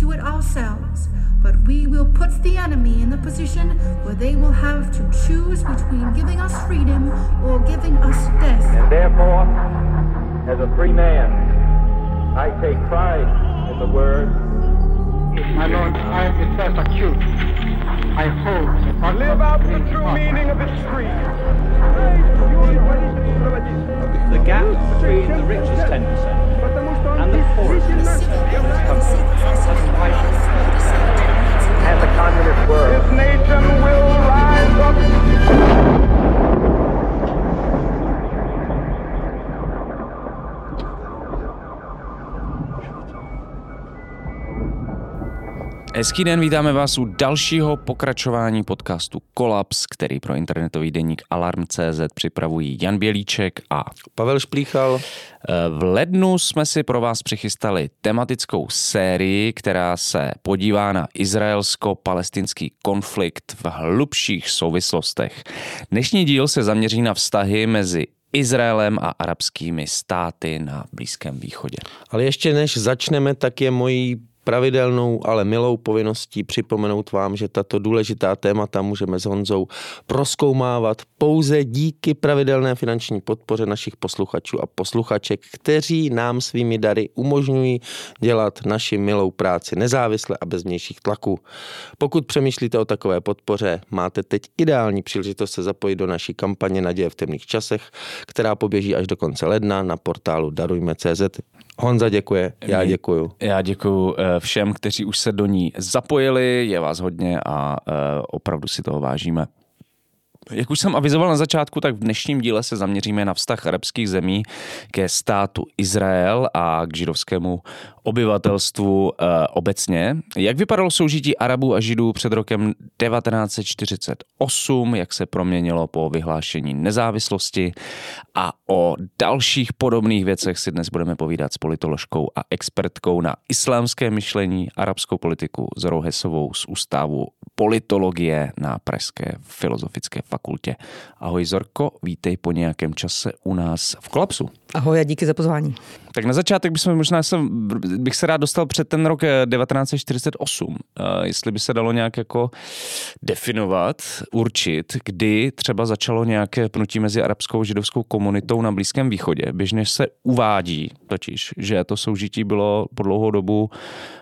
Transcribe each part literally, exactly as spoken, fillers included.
do it ourselves, but we will put the enemy in the position where they will have to choose between giving us freedom or giving us death. And therefore, as a free man, I take pride in the word. My Lord, I am the first accused. I hold I live out the true meaning of its creed. The gap between the richest ten percent and the poorest ten percent of this country has widened. And the communist world. This nation will rise up. Hezký den, vítáme vás u dalšího pokračování podcastu Kolaps, který pro internetový deník Alarm tečka cé zet připravují Jan Bělíček a Pavel Šplíchal. V lednu jsme si pro vás přichystali tematickou sérii, která se podívá na izraelsko-palestinský konflikt v hlubších souvislostech. Dnešní díl se zaměří na vztahy mezi Izraelem a arabskými státy na Blízkém východě. Ale ještě než začneme, tak je mojí pravidelnou, ale milou povinností připomenout vám, že tato důležitá témata můžeme s Honzou prozkoumávat pouze díky pravidelné finanční podpoře našich posluchačů a posluchaček, kteří nám svými dary umožňují dělat naši milou práci nezávisle a bez vnějších tlaků. Pokud přemýšlíte o takové podpoře, máte teď ideální příležitost se zapojit do naší kampaně Naděje v temných časech, která poběží až do konce ledna na portálu darujme tečka cé zet. Honza děkuje, já děkuju. Já děkuju všem, kteří už se do ní zapojili, je vás hodně a opravdu si toho vážíme. Jak už jsem avizoval na začátku, tak v dnešním díle se zaměříme na vztah arabských zemí ke státu Izrael a k židovskému obyvatelstvu e, obecně. Jak vypadalo soužití Arabů a Židů před rokem devatenáct set čtyřicet osm, jak se proměnilo po vyhlášení nezávislosti a o dalších podobných věcech si dnes budeme povídat s politoložkou a expertkou na islámské myšlení, arabskou politiku Zorou Hesovou z Ústavu politologie na Pražské filozofické fakultě. Ahoj Zorko, vítej po nějakém čase u nás v Kolapsu. Ahoj a díky za pozvání. Tak na začátek bychom, možná jsem, bych se rád dostal před ten rok devatenáct set čtyřicet osm. Uh, jestli by se dalo nějak jako definovat, určit, kdy třeba začalo nějaké pnutí mezi arabskou a židovskou komunitou na Blízkém východě. Běžně se uvádí totiž, že to soužití bylo po dlouhou dobu uh,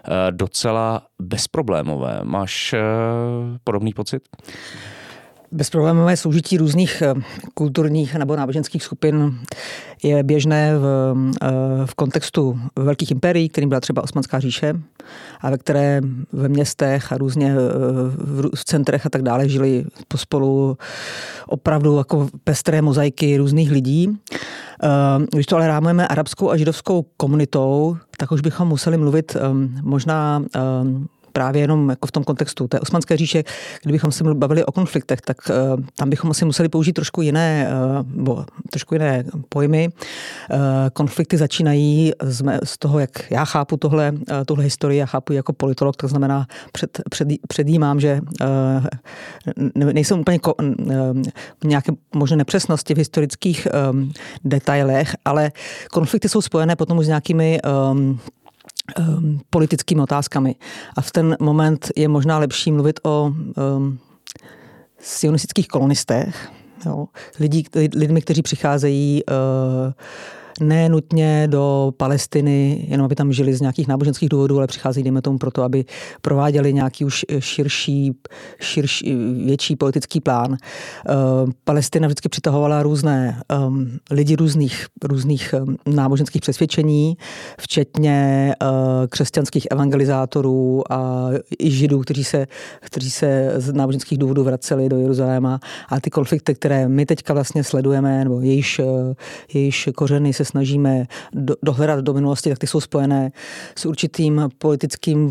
docela bezproblémové. Máš uh, podobný pocit? Bezproblémové soužití různých kulturních nebo náboženských skupin je běžné v, v kontextu velkých impérií, kterým byla třeba Osmanská říše, a ve které ve městech a různě v, v centrech a tak dále žili pospolu opravdu jako pestré mozaiky různých lidí. Když to ale rámujeme arabskou a židovskou komunitou, tak už bychom museli mluvit možná právě jenom jako v tom kontextu té Osmanské říše, kdybychom se bavili o konfliktech, tak uh, tam bychom asi museli použít trošku jiné, uh, bo, trošku jiné pojmy. Uh, konflikty začínají z, mé, z toho, jak já chápu tohle, uh, tuhle historii, já chápu jako politolog, to znamená před, před, předjímám, že uh, ne, nejsou úplně ko, uh, nějaké možné nepřesnosti v historických um, detailech, ale konflikty jsou spojené potom už s nějakými um, Um, politickými otázkami. A v ten moment je možná lepší mluvit o um, sionistických kolonistech, jo, lidí, lidmi, kteří přicházejí uh, ne nutně do Palestiny, jenom aby tam žili z nějakých náboženských důvodů, ale přicházejí, dejme tomu, proto, aby prováděli nějaký už širší, širší větší politický plán. Uh, Palestina vždycky přitahovala různé um, lidi různých, různých um, náboženských přesvědčení, včetně uh, křesťanských evangelizátorů a i židů, kteří se, kteří se z náboženských důvodů vraceli do Jeruzaléma. A ty konflikty, které my teďka vlastně sledujeme, nebo jejíž, jejíž kořeny se snažíme do, dohledat do minulosti, tak ty jsou spojené s určitým politickým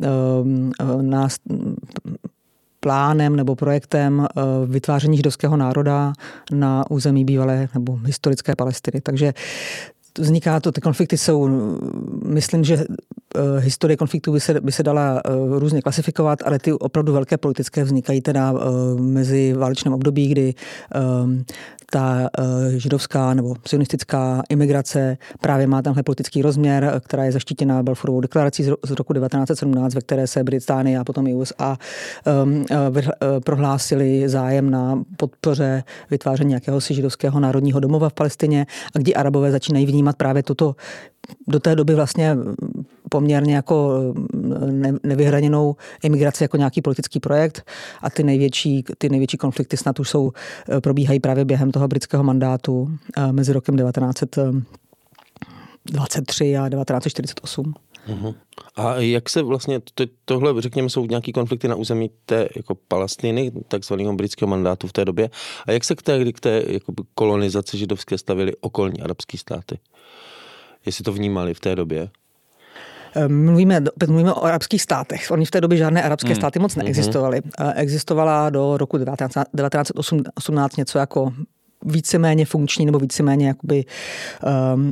uh, nás, plánem nebo projektem uh, vytváření židovského národa na území bývalé nebo historické Palestiny. Takže vzniká to, ty konflikty jsou, myslím, že historie konfliktů by se, by se dala různě klasifikovat, ale ty opravdu velké politické vznikají teda mezi válečném období, kdy ta židovská nebo sionistická imigrace právě má tenhle politický rozměr, která je zaštítěna Balfourovou deklarací z roku devatenáct set sedmnáct, ve které se Británie a potom i U S A prohlásili zájem na podpoře vytváření jakéhosi židovského národního domova v Palestině a kdy Arabové začínají vnímat právě toto do té doby vlastně poměrně jako nevyhraněnou imigraci jako nějaký politický projekt a ty největší, ty největší konflikty snad už jsou, probíhají právě během toho britského mandátu mezi rokem devatenáct set dvacet tři a devatenáct set čtyřicet osm. Uhum. A jak se vlastně, to, tohle, řekněme, jsou nějaký konflikty na území té jako Palestiny, takzvaného britského mandátu v té době, a jak se k té, k té jako kolonizaci židovské stavily okolní arabské státy? Jestli to vnímali v té době? Mluvíme, opět mluvíme o arabských státech. Oni v té době žádné arabské hmm. státy moc neexistovaly. Hmm. Existovala do roku devatenáct set osmnáct něco jako víceméně funkční nebo víceméně jakoby um,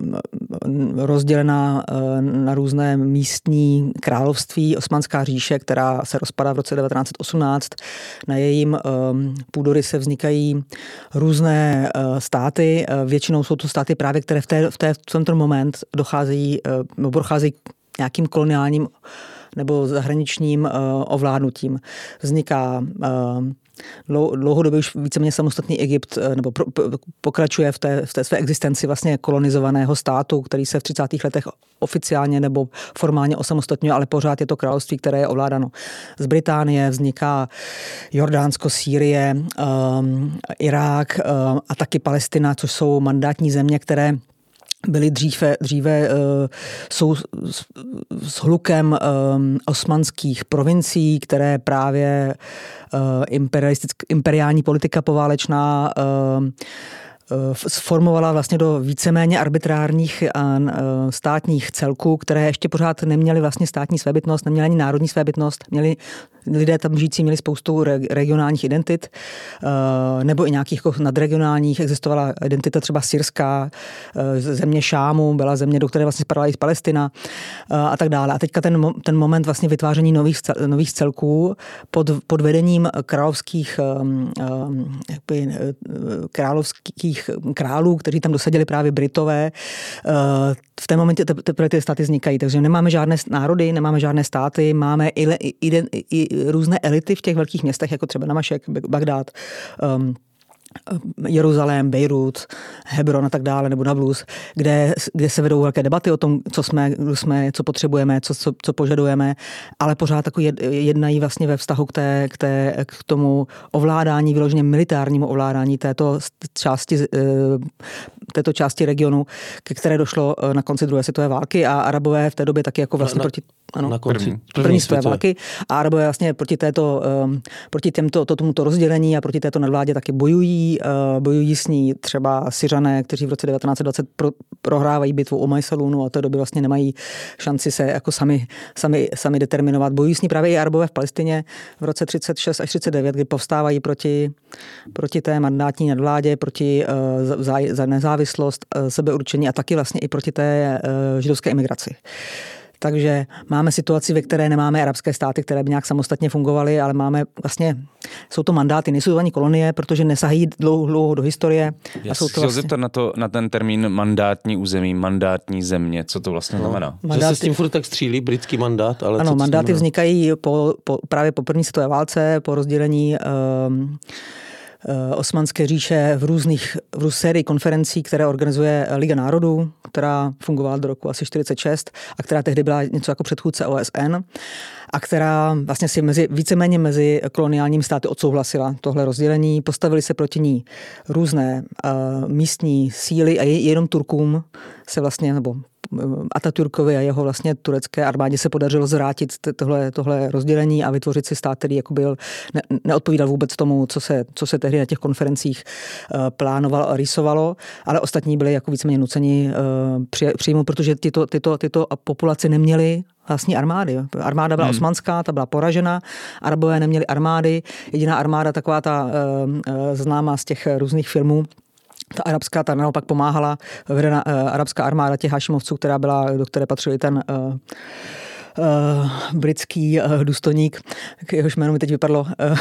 um, rozdělená um, na různé místní království Osmanská říše, která se rozpadá v roce devatenáct set osmnáct. Na jejím um, půdoryse vznikají různé uh, státy. Většinou jsou to státy právě, které v, té, v, té, v tento moment docházejí, uh, docházejí k nějakým koloniálním nebo zahraničním uh, ovládnutím. Vzniká uh, dlouhodobě už víceméně samostatný Egypt nebo pro, pokračuje v té, v té své existenci vlastně kolonizovaného státu, který se v třicátých letech oficiálně nebo formálně osamostatňuje, ale pořád je to království, které je ovládáno z Británie. Vzniká Jordánsko, Sýrie, um, Irák um, a taky Palestina, což jsou mandátní země, které byly dříve, dříve uh, jsou s, s hlukem um, osmanských provincií, které právě uh, imperiální politika poválečná uh, sformovala vlastně do víceméně arbitrárních státních celků, které ještě pořád neměly vlastně státní svébytnost, neměly ani národní svébytnost, měli lidé tam žijící měli spoustu regionálních identit, nebo i nějakých jako nadregionálních. Existovala identita třeba syrská, země Šámu, byla země, do které vlastně spadala i Palestina a tak dále. A teďka ten, ten moment vlastně vytváření nových, nových celků pod, pod vedením královských jakby, královských králů, kteří tam dosadili právě Britové. V té momentě teprve ty státy vznikají, takže nemáme žádné národy, nemáme žádné státy, máme i, i, i různé elity v těch velkých městech, jako třeba Damašek, Bagdád, um, Jeruzalém, Bejrút, Hebron a tak dále, nebo Nablus, kde, kde se vedou velké debaty o tom, co jsme, kdo jsme, co potřebujeme, co, co, co požadujeme, ale pořád jako jednají vlastně ve vztahu k, té, k, té, k tomu ovládání, vyloženě militárnímu ovládání této části, této části regionu, ke které došlo na konci druhé světové války a Arabové v té době taky jako vlastně na, proti ano, na konci první, první světové války a Arabové vlastně proti této, proti těmto, to, tomuto rozdělení a proti této nadvládě taky bojují. Bojují s ní třeba Syřané, kteří v roce devatenáct set dvacet pro, prohrávají bitvu o Majsalunu a od té doby vlastně nemají šanci se jako sami, sami, sami determinovat. Bojují s ní právě i Arabové v Palestině v roce třicet šest až třicet devět, kdy povstávají proti, proti té mandátní nadvládě, proti uh, za, za nezávislost, uh, sebeurčení a taky vlastně i proti té uh, židovské imigraci. Takže máme situaci, ve které nemáme arabské státy, které by nějak samostatně fungovaly, ale máme vlastně, jsou to mandáty, nejsou to ani kolonie, protože nesahají dlouho, dlouho do historie. Já a jsou si to chtěl vlastně... zeptat na, to, na ten termín mandátní území, mandátní země, co to vlastně no. znamená? Mandáty... Že se s tím furt tak střílí, britský mandát, ale ano, co mandáty vznikají po, po, právě po první světové válce, po rozdělení um, Osmanské říše v různých v sérii konferencí, které organizuje Liga národů, která fungovala do roku asi čtyřicet šest a která tehdy byla něco jako předchůdce O S N a která vlastně si mezi, víceméně mezi koloniálními státy odsouhlasila tohle rozdělení. Postavili se proti ní různé uh, místní síly a jenom Turkům se vlastně, nebo Atatürkovi a jeho vlastně turecké armádě se podařilo zvrátit tohle, tohle rozdělení a vytvořit si stát, který jako byl, ne, neodpovídal vůbec tomu, co se, co se tehdy na těch konferencích uh, plánovalo a rýsovalo, ale ostatní byli jako víceméně nuceni uh, při, přijmout, protože tyto, tyto, tyto populace neměly vlastní armády. Armáda byla hmm. osmanská, ta byla poražena, Arabové neměli armády, jediná armáda taková ta uh, uh, známá z těch různých filmů, Ta arabská, ta naopak pomáhala, vedena uh, arabská armáda těch Hašimovců, která byla, do které patřil i ten uh, Uh, britský uh, důstojník, k jehož jménu mi teď vypadlo. Uh,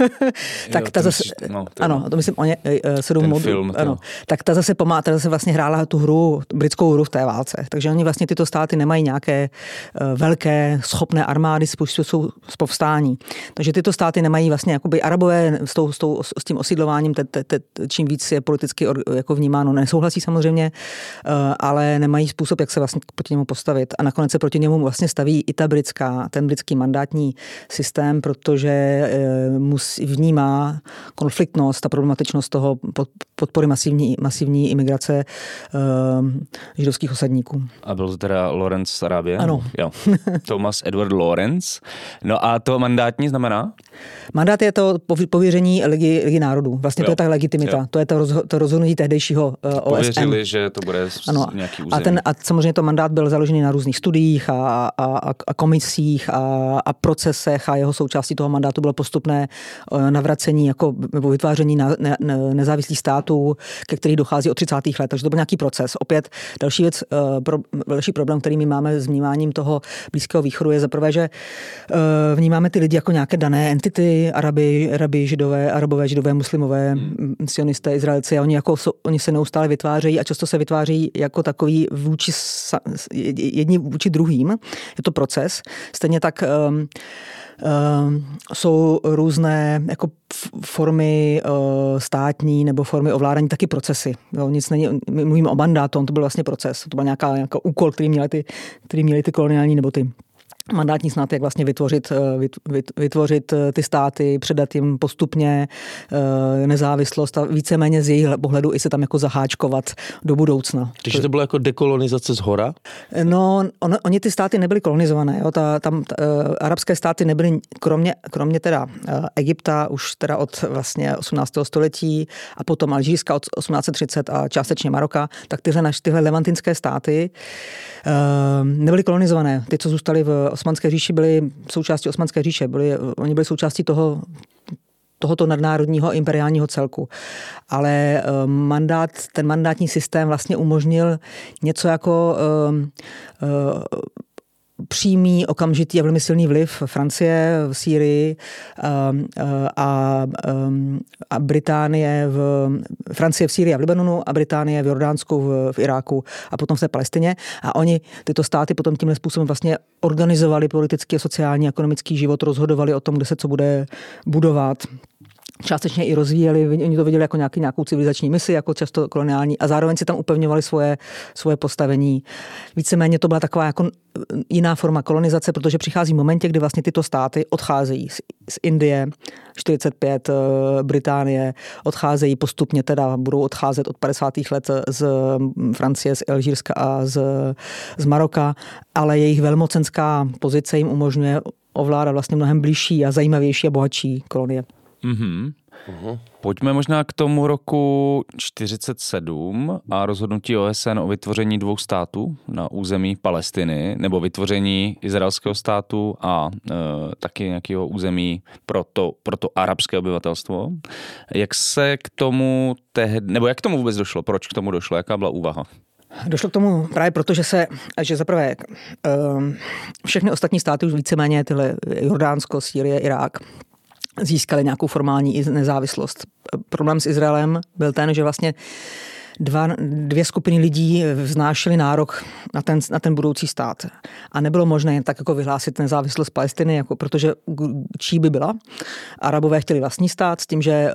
tak jo, ta zase, myslíš, no, to ano, to myslím o ně, uh, sedm modů, film, ano, tak ta zase pomáhá, ta zase vlastně hrála tu hru, britskou hru v té válce. Takže oni vlastně tyto státy nemají nějaké uh, velké, schopné armády s, s povstání. Takže tyto státy nemají vlastně, jakoby Arabové s, tou, s, tou, s tím osídlováním, te, te, te, čím víc je politicky jako vnímáno, nesouhlasí samozřejmě, uh, ale nemají způsob, jak se vlastně proti němu postavit. A nakonec se proti němu vlastně staví i ta britská, ten britský mandátní systém, protože e, musí, vnímá konfliktnost a problematičnost toho podpory masivní, masivní imigrace e, židovských osadníků. A byl to teda Lawrence z Arábie? Ano. Jo. Thomas Edward Lawrence. No a to mandátní znamená? Mandát je to pověření Ligy, Ligy národů. Vlastně jo. To je ta legitimita. Jo. To je to, rozho, to rozhodnutí tehdejšího uh, O S N. Pověřili, že to bude ano. nějaký území. A, ten, a samozřejmě to mandát byl založený na různých studiích a, a, a komisích a, a procesech a jeho součástí toho mandátu bylo postupné uh, navracení jako, nebo vytváření na, ne, ne, nezávislých států, ke kterých dochází od třicátých let. Takže to byl nějaký proces. Opět další věc, uh, pro, další problém, který my máme s vnímáním toho Blízkého východu, je zaprvé, že uh, vnímáme ty lidi jako nějaké dané entity, Arabi, Arabi, Židové, Arabové, Židové, muslimové, hmm. sionisté, Izraelci, a oni, jako, oni se neustále vytvářejí a často se vytváří jako takový vůči, jedni vůči druhým. Je to proces. Stejně tak um, um, jsou různé jako formy uh, státní nebo formy ovládání, taky procesy. Jo, nic není, my mluvíme o mandátu, to byl vlastně proces. To byl nějaká, nějaká úkol, který měli ty, který měli ty koloniální nebo ty mandátní snad, jak vlastně vytvořit, vytvořit ty státy, předat jim postupně nezávislost a víceméně z jejich pohledu i se tam jako zaháčkovat do budoucna. Takže to bylo jako dekolonizace zhora? No, on, oni ty státy nebyly kolonizované. Jo? Ta, tam ta, uh, arabské státy nebyly, kromě, kromě teda uh, Egypta, už teda od vlastně osmnáctého století a potom Alžírska od osmnáct set třicet a částečně Maroka, tak tyhle, naš, tyhle levantinské státy uh, nebyly kolonizované. Ty, co zůstaly v Osmanské říši, byly součástí Osmanské říše. Byly, oni byli součástí toho, tohoto nadnárodního imperiálního celku. Ale uh, mandát, ten mandátní systém vlastně umožnil něco jako uh, uh, přímý, okamžitý a velmi silný vliv Francie v Sýrii um, a, um, a Británie v Francie v Sýrii a v Libanonu a Británie v Jordánsku, v, v Iráku a potom v té Palestině. A oni, tyto státy, potom tímhle způsobem vlastně organizovali politický, sociální, ekonomický život, rozhodovali o tom, kde se co bude budovat. Částečně i rozvíjeli, oni to viděli jako nějaký, nějakou civilizační misi, jako často koloniální, a zároveň si tam upevňovali svoje, svoje postavení. Víceméně to byla taková jako jiná forma kolonizace, protože přichází v momentě, kdy vlastně tyto státy odcházejí z, z Indie, čtyřicet pět, Británie, odcházejí postupně, teda budou odcházet od padesátých let z Francie, z Alžírska a z, z Maroka, ale jejich velmocenská pozice jim umožňuje ovládat vlastně mnohem blížší a zajímavější a bohatší kolonie. Mm-hmm. Uh-huh. Pojďme možná k tomu roku čtyřicet sedm a rozhodnutí O S N o vytvoření dvou států na území Palestiny, nebo vytvoření izraelského státu a e, taky nějakého území pro to, pro to arabské obyvatelstvo. Jak se k tomu tehdy, nebo jak k tomu vůbec došlo? Proč k tomu došlo? Jaká byla úvaha? Došlo k tomu právě proto, že se, že zaprvé um, všechny ostatní státy už víceméně tyhle Jordánsko, Sýrie, Irák získali nějakou formální nezávislost. Problém s Izraelem byl ten, že vlastně dva, dvě skupiny lidí vznášely nárok na ten, na ten budoucí stát. A nebylo možné jen tak jako vyhlásit nezávislost Palestiny, jako, protože čí by byla. Arabové chtěli vlastní stát s tím, že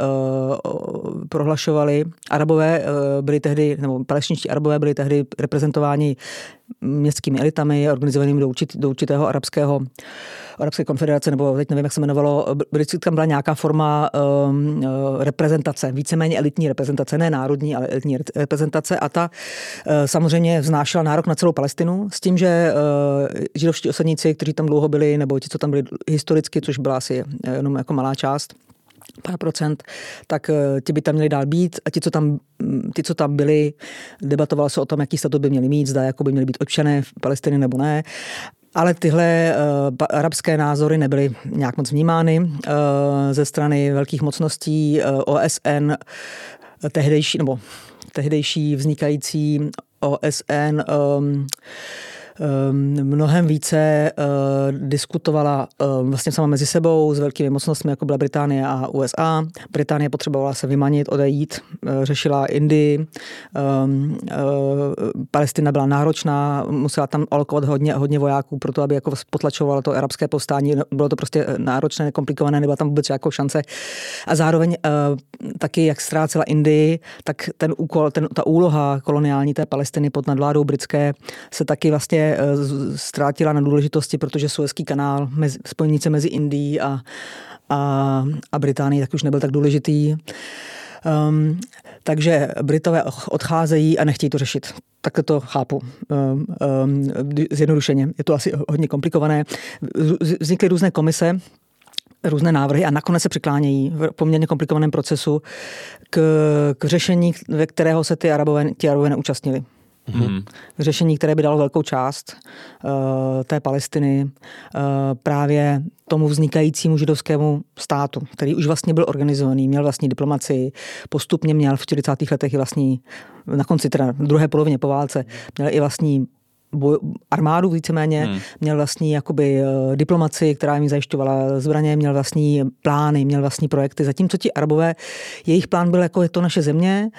uh, prohlašovali, Arabové uh, byli tehdy, nebo palestinští Arabové byli tehdy reprezentováni městskými elitami, organizovanými do, určit, do určitého arabského Arabské konfederace, nebo teď nevím, jak se jmenovalo, vždycky tam byla nějaká forma um, reprezentace, víceméně elitní reprezentace, ne národní, ale elitní reprezentace, a ta uh, samozřejmě vznášela nárok na celou Palestinu s tím, že uh, židovští osadníci, kteří tam dlouho byli, nebo ti, co tam byli historicky, což byla asi jenom jako malá část, pár procent, tak ti by tam měli dál být a ti, co tam, ti, co tam byli, debatovalo se o tom, jaký statut by měli mít, zda jako by měli být občané v Palestiny nebo ne. Ale tyhle uh, arabské názory nebyly nějak moc vnímány uh, ze strany velkých mocností uh, O S N, tehdejší, nebo tehdejší vznikající O S N um, mnohem více uh, diskutovala uh, vlastně sama mezi sebou s velkými mocnostmi, jako byla Británie a U S A. Británie potřebovala se vymanit, odejít, uh, řešila Indii. Um, uh, Palestina byla náročná, musela tam alokovat hodně, hodně vojáků pro to, aby jako potlačovala to arabské povstání. Bylo to prostě náročné, komplikované, nebyla tam vůbec jako šance. A zároveň uh, taky, jak ztrácela Indii, tak ten úkol, ten, ta úloha koloniální té Palestiny pod nadvládou britské se taky vlastně ztrátila na důležitosti, protože Suezský kanál, mezi, spojnice mezi Indií a, a, a Británií tak už nebyl tak důležitý. Um, takže Britové odcházejí a nechtějí to řešit. Takhle to chápu. Um, um, zjednodušeně. Je to asi hodně komplikované. Vznikly různé komise, různé návrhy a nakonec se přiklánějí v poměrně komplikovaném procesu k, k řešení, ve kterého se ty Arabové, ti Arabové neúčastnili. Mm-hmm. Řešení, které by dalo velkou část uh, té Palestiny uh, právě tomu vznikajícímu židovskému státu, který už vlastně byl organizovaný, měl vlastní diplomacii, postupně měl v čtyřicátých letech i vlastní, na konci teda v druhé polovině po válce, měl i vlastní boj, armádu víceméně, hmm. měl vlastní jakoby uh, diplomacii, která jim zajišťovala zbraně, měl vlastní plány, měl vlastní projekty, zatímco ti Arabové, jejich plán byl jako je to naše země,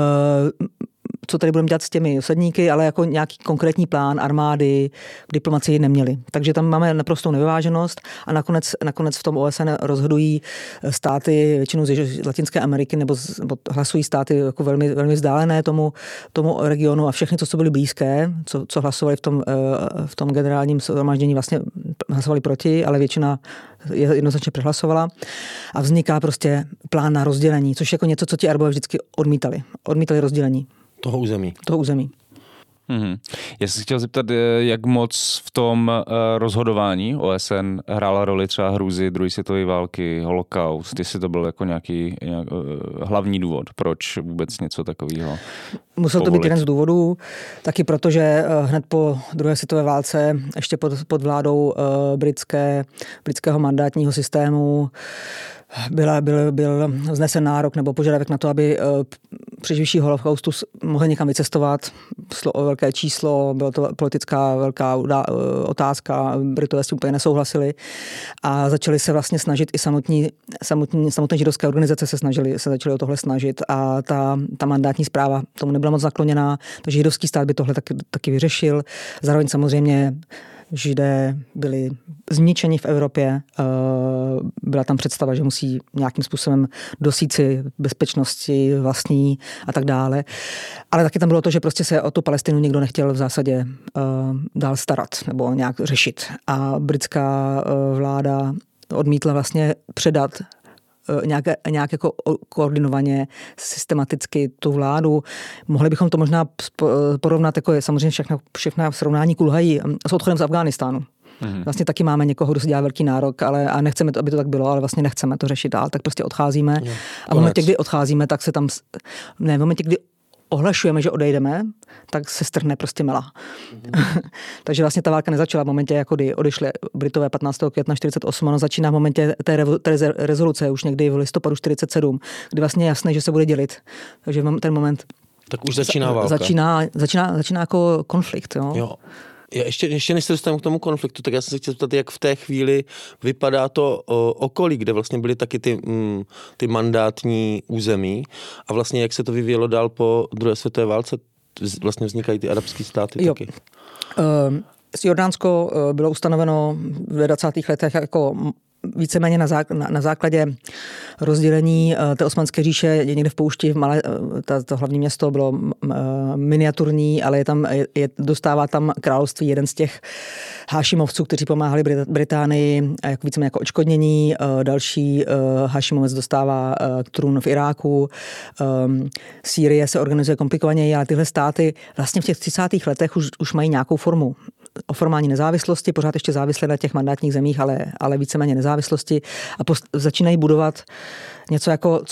uh, co tady budeme dělat s těmi osadníky, ale jako nějaký konkrétní plán armády v diplomacii neměli. Takže tam máme naprostou nevyváženost a nakonec, nakonec v tom O S N rozhodují státy většinou z Latinské Ameriky nebo, z, nebo hlasují státy jako velmi, velmi vzdálené tomu, tomu regionu a všechny, co byly blízké, co, co hlasovali v tom, v tom generálním shromáždění, vlastně hlasovali proti, ale většina jednoznačně přehlasovala a vzniká prostě plán na rozdělení, což je jako něco, co ti Arabové vždycky odmítali. Odmítali rozdělení. Toho území. Toho území. Mm-hmm. Já jsem chtěl zeptat, jak moc v tom rozhodování O S N hrála roli třeba hrůzy druhé světové války, holokaust, jestli to byl jako nějaký nějak, hlavní důvod, proč vůbec něco takového Musel to být jeden z důvodů, taky protože hned po druhé světové válce, ještě pod, pod vládou britské, britského mandátního systému, Byla, byl, byl vznesen nárok nebo požadavek na to, aby přeživší holokaustu mohli někam vycestovat. Šlo o velké číslo, byla to politická velká otázka, Britové s tím úplně nesouhlasili a začali se vlastně snažit i samotní, samotní, samotné židovské organizace se, snažili, se začaly o tohle snažit a ta, ta mandátní správa tomu nebyla moc nakloněná, takže židovský stát by tohle taky, taky vyřešil. Zároveň samozřejmě Židé byli zničeni v Evropě, byla tam představa, že musí nějakým způsobem dosít si bezpečnosti vlastní a tak dále. Ale taky tam bylo to, že prostě se o tu Palestinu nikdo nechtěl v zásadě dál starat nebo nějak řešit. A britská vláda odmítla vlastně předat nějak, nějak jako koordinovaně, systematicky tu vládu. Mohli bychom to možná porovnat, jako je samozřejmě všechno, všechna srovnání kulhají s odchodem z Afghánistánu. Mm-hmm. Vlastně taky máme někoho, kdo si dělá velký nárok, ale a nechceme to, aby to tak bylo, ale vlastně nechceme to řešit dál, tak prostě odcházíme. Jo, a v momentě, kdy odcházíme, tak se tam, ne, v momentě, kdy ohlašujeme, že odejdeme, tak se strhne prostě mela. Mm-hmm. Takže vlastně ta válka nezačala v momentě, jako kdy odešli Britové patnáctého května čtyřicet osm, ono začíná v momentě té, revo, té rezoluce, už někdy v listopadu čtyřicet sedm, kdy vlastně je jasné, že se bude dělit. Takže ten moment tak už začíná válka. Začíná, začíná, začíná jako konflikt. Jo. jo. Já ještě, ještě než se dostanu k tomu konfliktu, tak já jsem se chtěl zeptat, jak v té chvíli vypadá to o, okolí, kde vlastně byly taky ty, mm, ty mandátní území a vlastně jak se to vyvíjelo dál po druhé světové válce, vlastně vznikají ty arabské státy jo. taky. Uh, Jordánsko bylo ustanoveno v dvacátých letech jako víceméně na, zák- na, na základě rozdělení uh, té Osmanské říše někde v poušti, v malé, uh, ta, to hlavní město bylo uh, miniaturní, ale je tam, je, je, dostává tam království jeden z těch Hášimovců, kteří pomáhali Brit- Británii jako víceméně jako odškodnění. Uh, další uh, Hášimovec dostává uh, trůn v Iráku. Um, Sýrie se organizuje komplikovaněji, ale tyhle státy vlastně v těch třicátých letech už, už mají nějakou formu o formální nezávislosti, pořád ještě závislé na těch mandátních zemích, ale, ale víceméně nezávislosti a post, začínají budovat něco jako, co,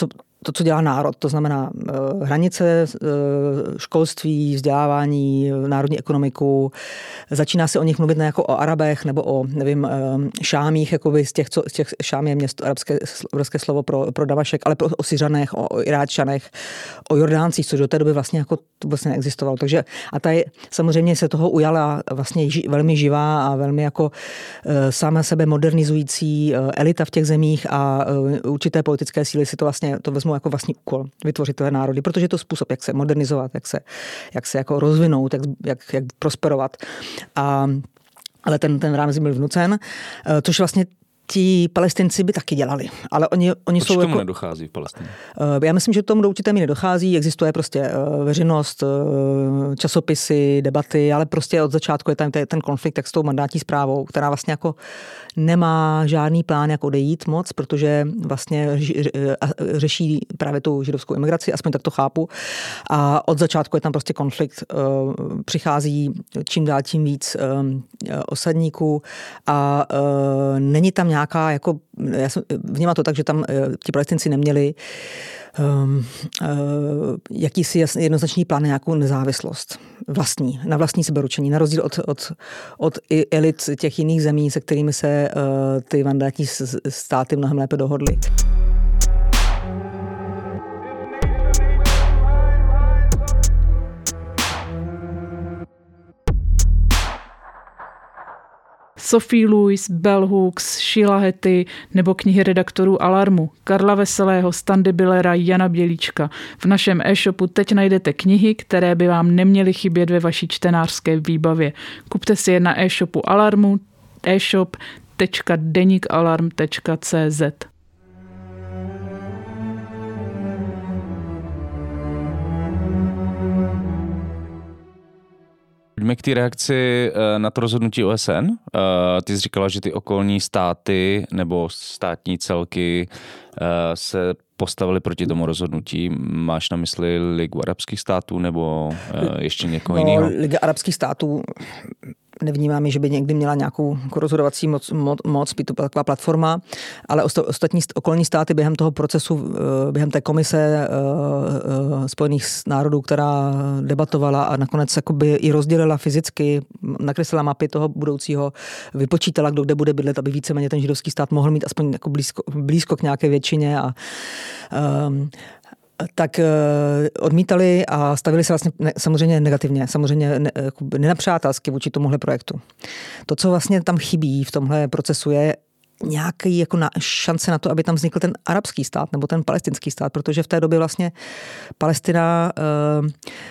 to, co dělá národ, to znamená hranice, školství, vzdělávání, národní ekonomiku. Začíná se o nich mluvit ne jako o Arabech nebo o, nevím, Šámích, jakoby z těch, co, z těch Šám je město, arabské, arabské slovo pro, pro Damašek, ale pro, o Syřanech, o, o Iráčanech, o Jordáncích, což do té doby vlastně jako to vlastně neexistovalo. Takže a ta je, samozřejmě se toho ujala vlastně ži, velmi živá a velmi jako sama sebe modernizující elita v těch zemích a určité politické síly si to vlastně to vezmou jako vlastní úkol vytvořit tyhle národy, protože je to způsob, jak se modernizovat, jak se, jak se jako rozvinout, jak, jak, jak prosperovat. A, ale ten, ten rámec byl vnucen, což vlastně ti Palestinci by taky dělali, ale oni, oni jsou tomu jako... nedochází v Palestině? Já myslím, že tomu do určité míry nedochází, existuje prostě veřejnost, časopisy, debaty, ale prostě od začátku je tam ten konflikt s tou mandátní správou, která vlastně jako nemá žádný plán, jak odejít moc, protože vlastně řeší právě tu židovskou imigraci, aspoň tak to chápu. A od začátku je tam prostě konflikt, přichází čím dál tím víc osadníků a není tam nějaká, jako, já jsem vnímala to tak, že tam ti Palestinci neměli um, uh, jakýsi jasný, jednoznačný plán na nějakou nezávislost vlastní, na vlastní seberučení, na rozdíl od, od, od elit těch jiných zemí, se kterými se uh, ty mandátní státy mnohem lépe dohodly. Sophie Lewis, Bell Hooks, Sheila Heti nebo knihy redaktorů Alarmu, Karla Veselého, Standy Billera, Jana Bělíčka. V našem e-shopu teď najdete knihy, které by vám neměly chybět ve vaší čtenářské výbavě. Kupte si je na e-shopu Alarmu, e-shop tečka deník alarm tečka cé zet. Pojďme k té reakci na to rozhodnutí O S N. Ty jsi říkala, že ty okolní státy nebo státní celky se postavili proti tomu rozhodnutí. Máš na mysli Ligu arabských států nebo ještě někoho no, jiného? Liga arabských států nevnímám, že by někdy měla nějakou rozhodovací moc, moc, moc by to byla taková platforma, ale ostatní okolní státy během toho procesu, během té komise Spojených národů, která debatovala a nakonec jakoby i rozdělila fyzicky, nakreslila mapy toho budoucího, vypočítala, kdo kde bude bydlet, aby víceméně ten židovský stát mohl mít aspoň jako blízko, blízko k nějaké většině a um, tak odmítali a stavili se vlastně ne, samozřejmě negativně, samozřejmě ne, nenapřátelsky vůči tomuhle projektu. To, co vlastně tam chybí v tomhle procesu, je nějaký jako na, šance na to, aby tam vznikl ten arabský stát nebo ten palestinský stát, protože v té době vlastně Palestina, eh,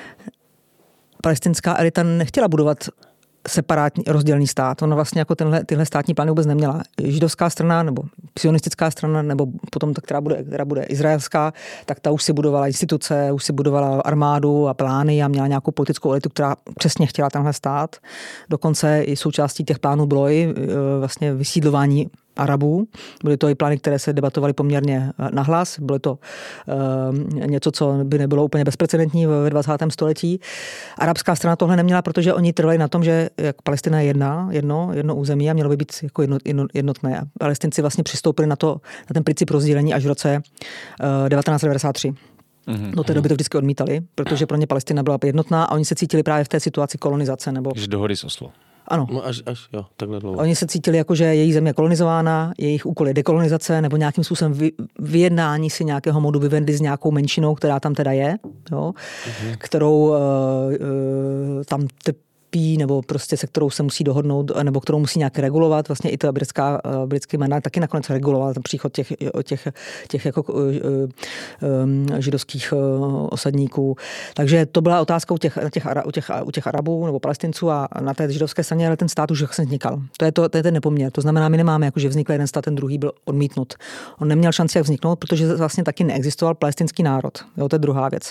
palestinská elita nechtěla budovat separátní rozdělený stát. Ona vlastně jako tenhle, tyhle státní plány vůbec neměla. Židovská strana nebo sionistická strana nebo potom ta, která bude, která bude izraelská, tak ta už si budovala instituce, už si budovala armádu a plány a měla nějakou politickou elitu, která přesně chtěla tenhle stát. Dokonce i součástí těch plánů bylo i vlastně vysídlování Arabů. Byly to i plány, které se debatovaly poměrně nahlas. Bylo to uh, něco, co by nebylo úplně bezprecedentní ve dvacátém století. Arabská strana tohle neměla, protože oni trvali na tom, že jak Palestina je jedna, jedno, jedno území a mělo by být jako jedno, jedno, jednotné. Palestinci vlastně přistoupili na, to, na ten princip rozdělení až v roce uh, devatenáct set devadesát tři. Mm-hmm. Do té doby to vždycky odmítali, protože pro ně Palestina byla jednotná a oni se cítili právě v té situaci kolonizace. Nebo... Takže dohody z Oslo. Ano. No až, až, jo, takhle dlouho. Oni se cítili jako, že její země je kolonizována, jejich úkol je dekolonizace nebo nějakým způsobem vy, vyjednání si nějakého modu vyvendy s nějakou menšinou, která tam teda je, jo, mm-hmm. kterou uh, uh, tam trpí nebo prostě se kterou se musí dohodnout, nebo kterou musí nějak regulovat. Vlastně i to britská, britský mandát taky nakonec reguloval ten příchod těch, těch, těch jako uh, um, židovských uh, osadníků. Takže to byla otázka u těch, těch, u, těch, u těch Arabů nebo Palestinců a na té židovské straně, ale ten stát už vlastně vznikal. To je, to, to je ten nepoměr. To znamená, my nemáme, jako, že vznikl jeden stát, ten druhý byl odmítnut. On neměl šanci, jak vzniknout, protože vlastně taky neexistoval palestinský národ. Jo, to je druhá věc.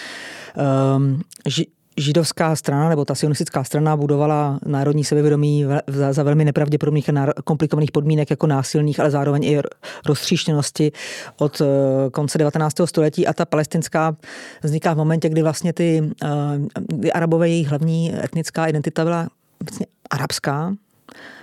Um, ži, Židovská strana nebo ta sionistická strana budovala národní sebevědomí za, za velmi nepravděpodobných a komplikovaných podmínek jako násilných, ale zároveň i roztříštěnosti od konce devatenáctého století a ta palestinská vzniká v momentě, kdy vlastně ty, ty Arabové, jejich hlavní etnická identita byla vlastně arabská.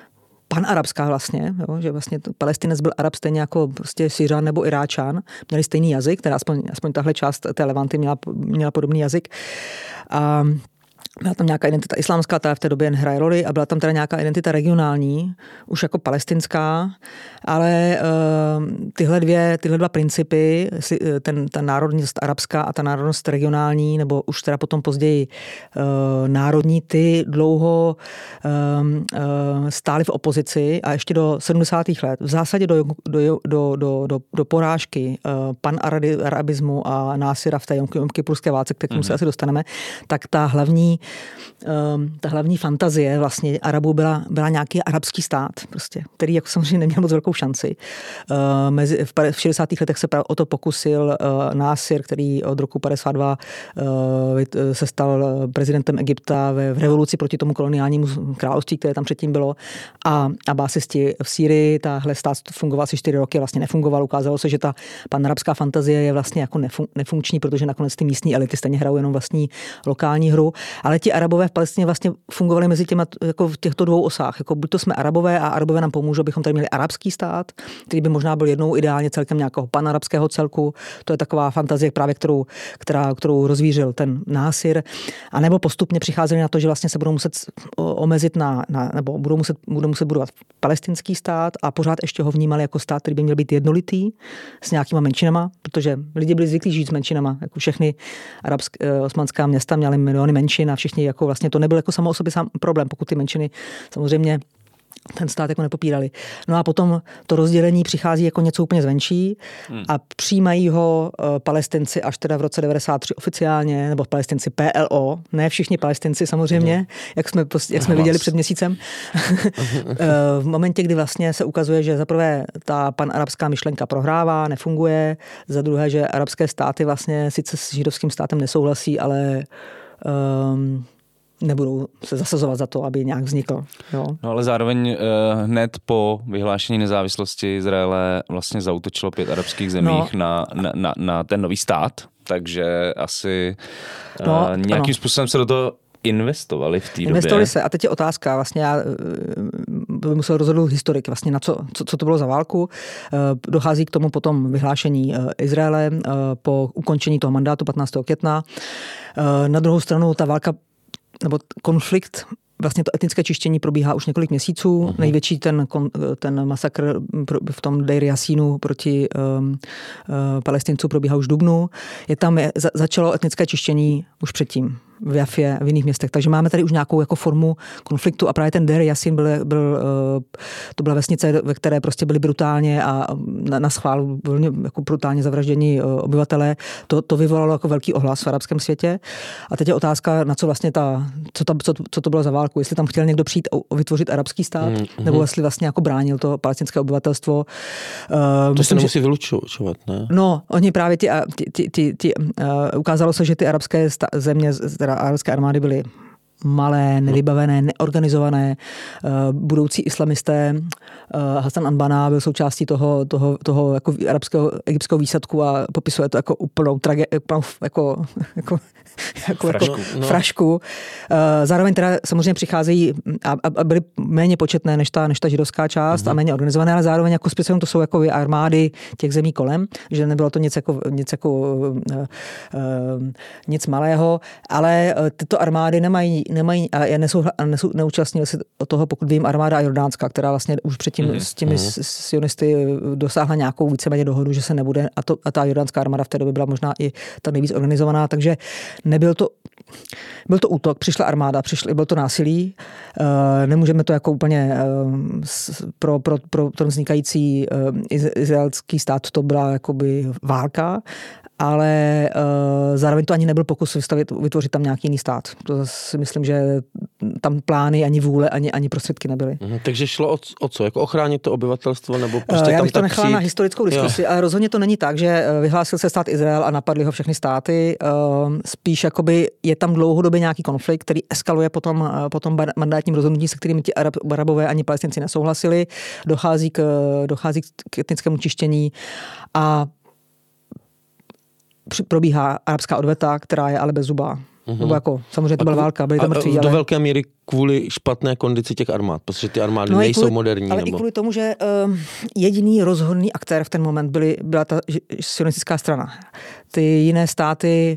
panarabská vlastně, jo, že vlastně Palestinec byl Arab stejně jako prostě Syřan nebo Iráčan, měli stejný jazyk, která aspoň, aspoň tahle část té Levanty měla, měla podobný jazyk. A byla tam nějaká identita islámská, ta v té době nehraje roli, a byla tam teda nějaká identita regionální, už jako palestinská, ale uh, tyhle, dvě, tyhle dva principy, ten, ta národnost arabská a ta národnost regionální, nebo už teda potom později uh, národní, ty dlouho um, uh, stály v opozici a ještě do sedmdesátých let, v zásadě do, do, do, do, do, do porážky uh, panarabismu a násira v té jomkypurské válce, k kterému mm-hmm. se asi dostaneme, tak ta hlavní Um, ta hlavní fantazie vlastně Arabů byla, byla nějaký arabský stát, prostě, který jako samozřejmě neměl moc velkou šanci. Uh, mezi, v, v šedesátých letech se o to pokusil uh, Násir, který od roku padesát dva uh, se stal prezidentem Egypta ve, v revoluci proti tomu koloniálnímu království, které tam předtím bylo. A abásisti v Sýrii, tahle stát fungoval asi čtyři roky, vlastně nefungoval. Ukázalo se, že ta panarabská fantazie je vlastně jako nefun, nefunkční, protože nakonec ty místní elity stejně hrajou jenom vlastní lokální hru. Ale ti Arabové v Palestině vlastně fungovali mezi těma, jako v těchto dvou osách. Jako buď to jsme Arabové a Arabové nám pomůžou, abychom tady měli arabský stát, který by možná byl jednou ideálně celkem nějakého panarabského celku. To je taková fantazie, právě kterou, která, kterou rozvířil ten Násir. A nebo postupně přicházeli na to, že vlastně se budou muset omezit na, na nebo budou muset, budou muset budovat palestinský stát a pořád ještě ho vnímali jako stát, který by měl být jednolitý s nějakýma menšinama, protože lidi byli zvyklí žít s menšinama. Jako všechny arabské osmanská města měly miliony menšin a všichni jako vlastně to nebyl jako samo o sobě sám problém, pokud ty menšiny samozřejmě ten stát jako nepopírali. No a potom to rozdělení přichází jako něco úplně zvenčí a přijímají ho uh, Palestinci až teda v roce devadesát tři oficiálně, nebo Palestinci P L O, ne všichni Palestinci samozřejmě, jak jsme, jak jsme viděli před měsícem. V momentě, kdy vlastně se ukazuje, že za prvé ta panarabská myšlenka prohrává, nefunguje, za druhé, že arabské státy vlastně sice s židovským státem nesouhlasí, ale um, nebudou se zasazovat za to, aby nějak vznikl. Jo. No ale zároveň uh, hned po vyhlášení nezávislosti Izraele vlastně zaútočilo pět arabských zemích no. na, na, na, na ten nový stát, takže asi uh, no, nějakým ano. způsobem se do toho investovali v té době. Investovali se. A teď je otázka, vlastně já by musel rozhodnout historik, vlastně na co, co, co to bylo za válku. Dochází k tomu potom vyhlášení Izraele po ukončení toho mandátu patnáctého května. Na druhou stranu ta válka nebo konflikt, vlastně to etnické čištění probíhá už několik měsíců. Uh-huh. Největší ten, ten masakr v tom Deir Jasínu proti um, uh, Palestincům probíhá už v dubnu. Je tam, je, za, začalo etnické čištění už předtím v Jafě, v jiných městech. Takže máme tady už nějakou jako formu konfliktu a právě ten Deir Jasín byl, byl, to byla vesnice, ve které prostě byli brutálně a na, na schvál velmi jako brutálně zavraždění obyvatelé. To, to vyvolalo jako velký ohlas v arabském světě. A teď je otázka, na co vlastně ta, co, ta, co, co to bylo za válku. Jestli tam chtěl někdo přijít a vytvořit arabský stát, mm-hmm. nebo jestli vlastně jako bránil to palestinské obyvatelstvo. To Myslím, se nemusí že... vylučovat, ne? No, oni právě ti, ti, ti, ti, ti uh, ukázalo se, že ty arabské sta- země, teda arabské armády byly malé, nevybavené, neorganizované. Budoucí islamisté, Hasan Anbana byl součástí toho, toho, toho jako arabského, egyptského výsadku a popisuje to jako úplnou trage, jako, jako, jako, jako, frašku. jako no. frašku. Zároveň teda samozřejmě přicházejí a, a byly méně početné než ta, než ta židovská část uh-huh. a méně organizované, ale zároveň jako speciálně to jsou jako armády těch zemí kolem, že nebylo to nic jako, nic, jako, uh, uh, nic malého, ale tyto armády nemají nemají a nesou, nesou, neúčastnili se toho, pokud vím, armáda Jordánská, která vlastně už předtím mm-hmm. s těmi mm-hmm. sionisty dosáhla nějakou víceméně dohodu, že se nebude a, to, a ta jordánská armáda v té době byla možná i ta nejvíc organizovaná, takže nebyl to byl to útok, přišla armáda, přišli, byl to násilí, nemůžeme to jako úplně pro, pro, pro ten vznikající izraelský stát to byla jakoby válka, ale uh, zároveň to ani nebyl pokus vystavit, vytvořit tam nějaký jiný stát. To si myslím, že tam plány, ani vůle, ani, ani prostředky nebyly. Mhm, takže šlo o, o co? Jako ochránit to obyvatelstvo? Nebo prostě uh, já tam bych to nechala přijít... na historickou diskusi, jo. Ale rozhodně to není tak, že vyhlásil se stát Izrael a napadli ho všechny státy. Uh, spíš jakoby je tam dlouhodobě nějaký konflikt, který eskaluje potom, uh, potom mandátním rozhodnutí, se kterými ti Arab, Arabové ani Palestinci nesouhlasili. Dochází k, dochází k etnickému čištění a probíhá arabská odveta, která je ale bezzubá. Mm-hmm. Nebo jako, samozřejmě to byla válka, byly tam mrtví, ale... Do velké míry kvůli špatné kondici těch armád, protože ty armády no nejsou kvůli, moderní. Ale nebo... i kvůli tomu, že uh, jediný rozhodný aktér v ten moment byly, byla ta sionistická strana. Ty jiné státy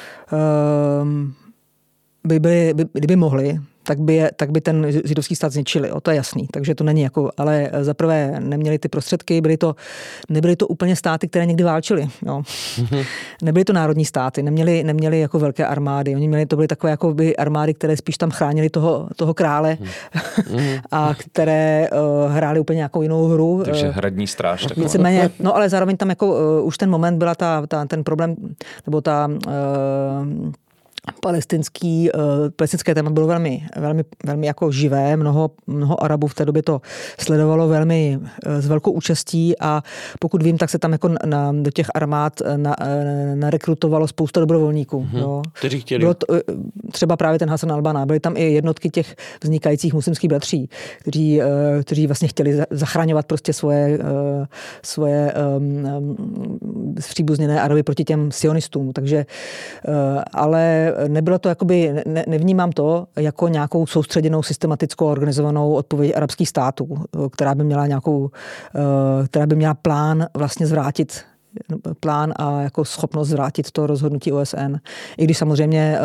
uh, by byly, by, kdyby mohly, tak by, je, tak by ten židovský stát zničili, o, to je jasný, takže to není jako, ale zaprvé neměli ty prostředky, byly to, nebyly to úplně státy, které někdy válčily, jo. Mm-hmm. Nebyly to národní státy, neměli, neměli jako velké armády, oni měli, to byly takové jako by armády, které spíš tam chránili toho, toho krále mm-hmm. a které uh, hrály úplně nějakou jinou hru. Takže hradní stráž. Víceméně, no ale zároveň tam jako uh, už ten moment byla ta, ta, ten problém, nebo ta uh, palestinský, uh, palestinské téma bylo velmi, velmi, velmi jako živé. Mnoho, mnoho Arabů v té době to sledovalo velmi uh, s velkou účastí a pokud vím, tak se tam jako na, do těch armád na, uh, narekrutovalo spousta dobrovolníků. Mm-hmm. Jo. Kteří chtěli. Bylo to, uh, třeba právě ten Hasan al-Banna. Byly tam i jednotky těch vznikajících muslimských bratří, kteří, uh, kteří vlastně chtěli zachraňovat prostě svoje, uh, svoje um, um, příbuzněné Araby proti těm sionistům. Takže, uh, ale nebylo to jakoby, ne, nevnímám to jako nějakou soustředěnou, systematickou, organizovanou odpověď arabských států, která by měla nějakou, která by měla plán vlastně zvrátit plán a jako schopnost zvrátit to rozhodnutí O S N. I když samozřejmě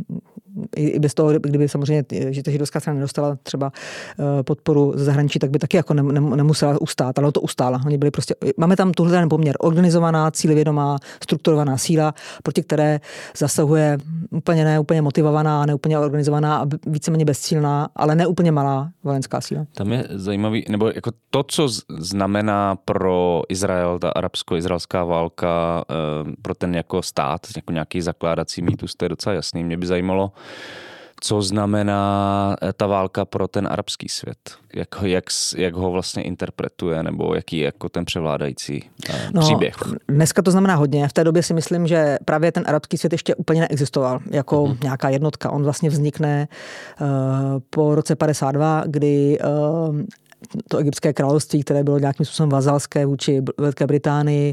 i bez toho, kdyby samozřejmě že ta židovská strana nedostala třeba podporu ze zahraničí, tak by taky jako nemusela ustát, ale to ustála. Oni byli prostě, máme tam tuhle ten poměr, organizovaná, cílevědomá, strukturovaná síla, proti které zasahuje úplně ne úplně motivovaná, ne úplně organizovaná a víceméně bezcílná, ale ne úplně malá vojenská síla. Tam je zajímavý, nebo jako to, co znamená pro Izrael, ta arabsko-izraelská válka, pro ten jako stát, jako nějaký zakládací mýtus, to je docela jasný. Mě by zajímalo, co znamená ta válka pro ten arabský svět. Jak, jak, jak ho vlastně interpretuje, nebo jaký je jako ten převládající no, příběh. Dneska to znamená hodně. V té době si myslím, že právě ten arabský svět ještě úplně neexistoval jako uh-huh. nějaká jednotka. On vlastně vznikne uh, po roce padesát dva, kdy uh, to egyptské království, které bylo nějakým způsobem vazalské vůči Velké Británii,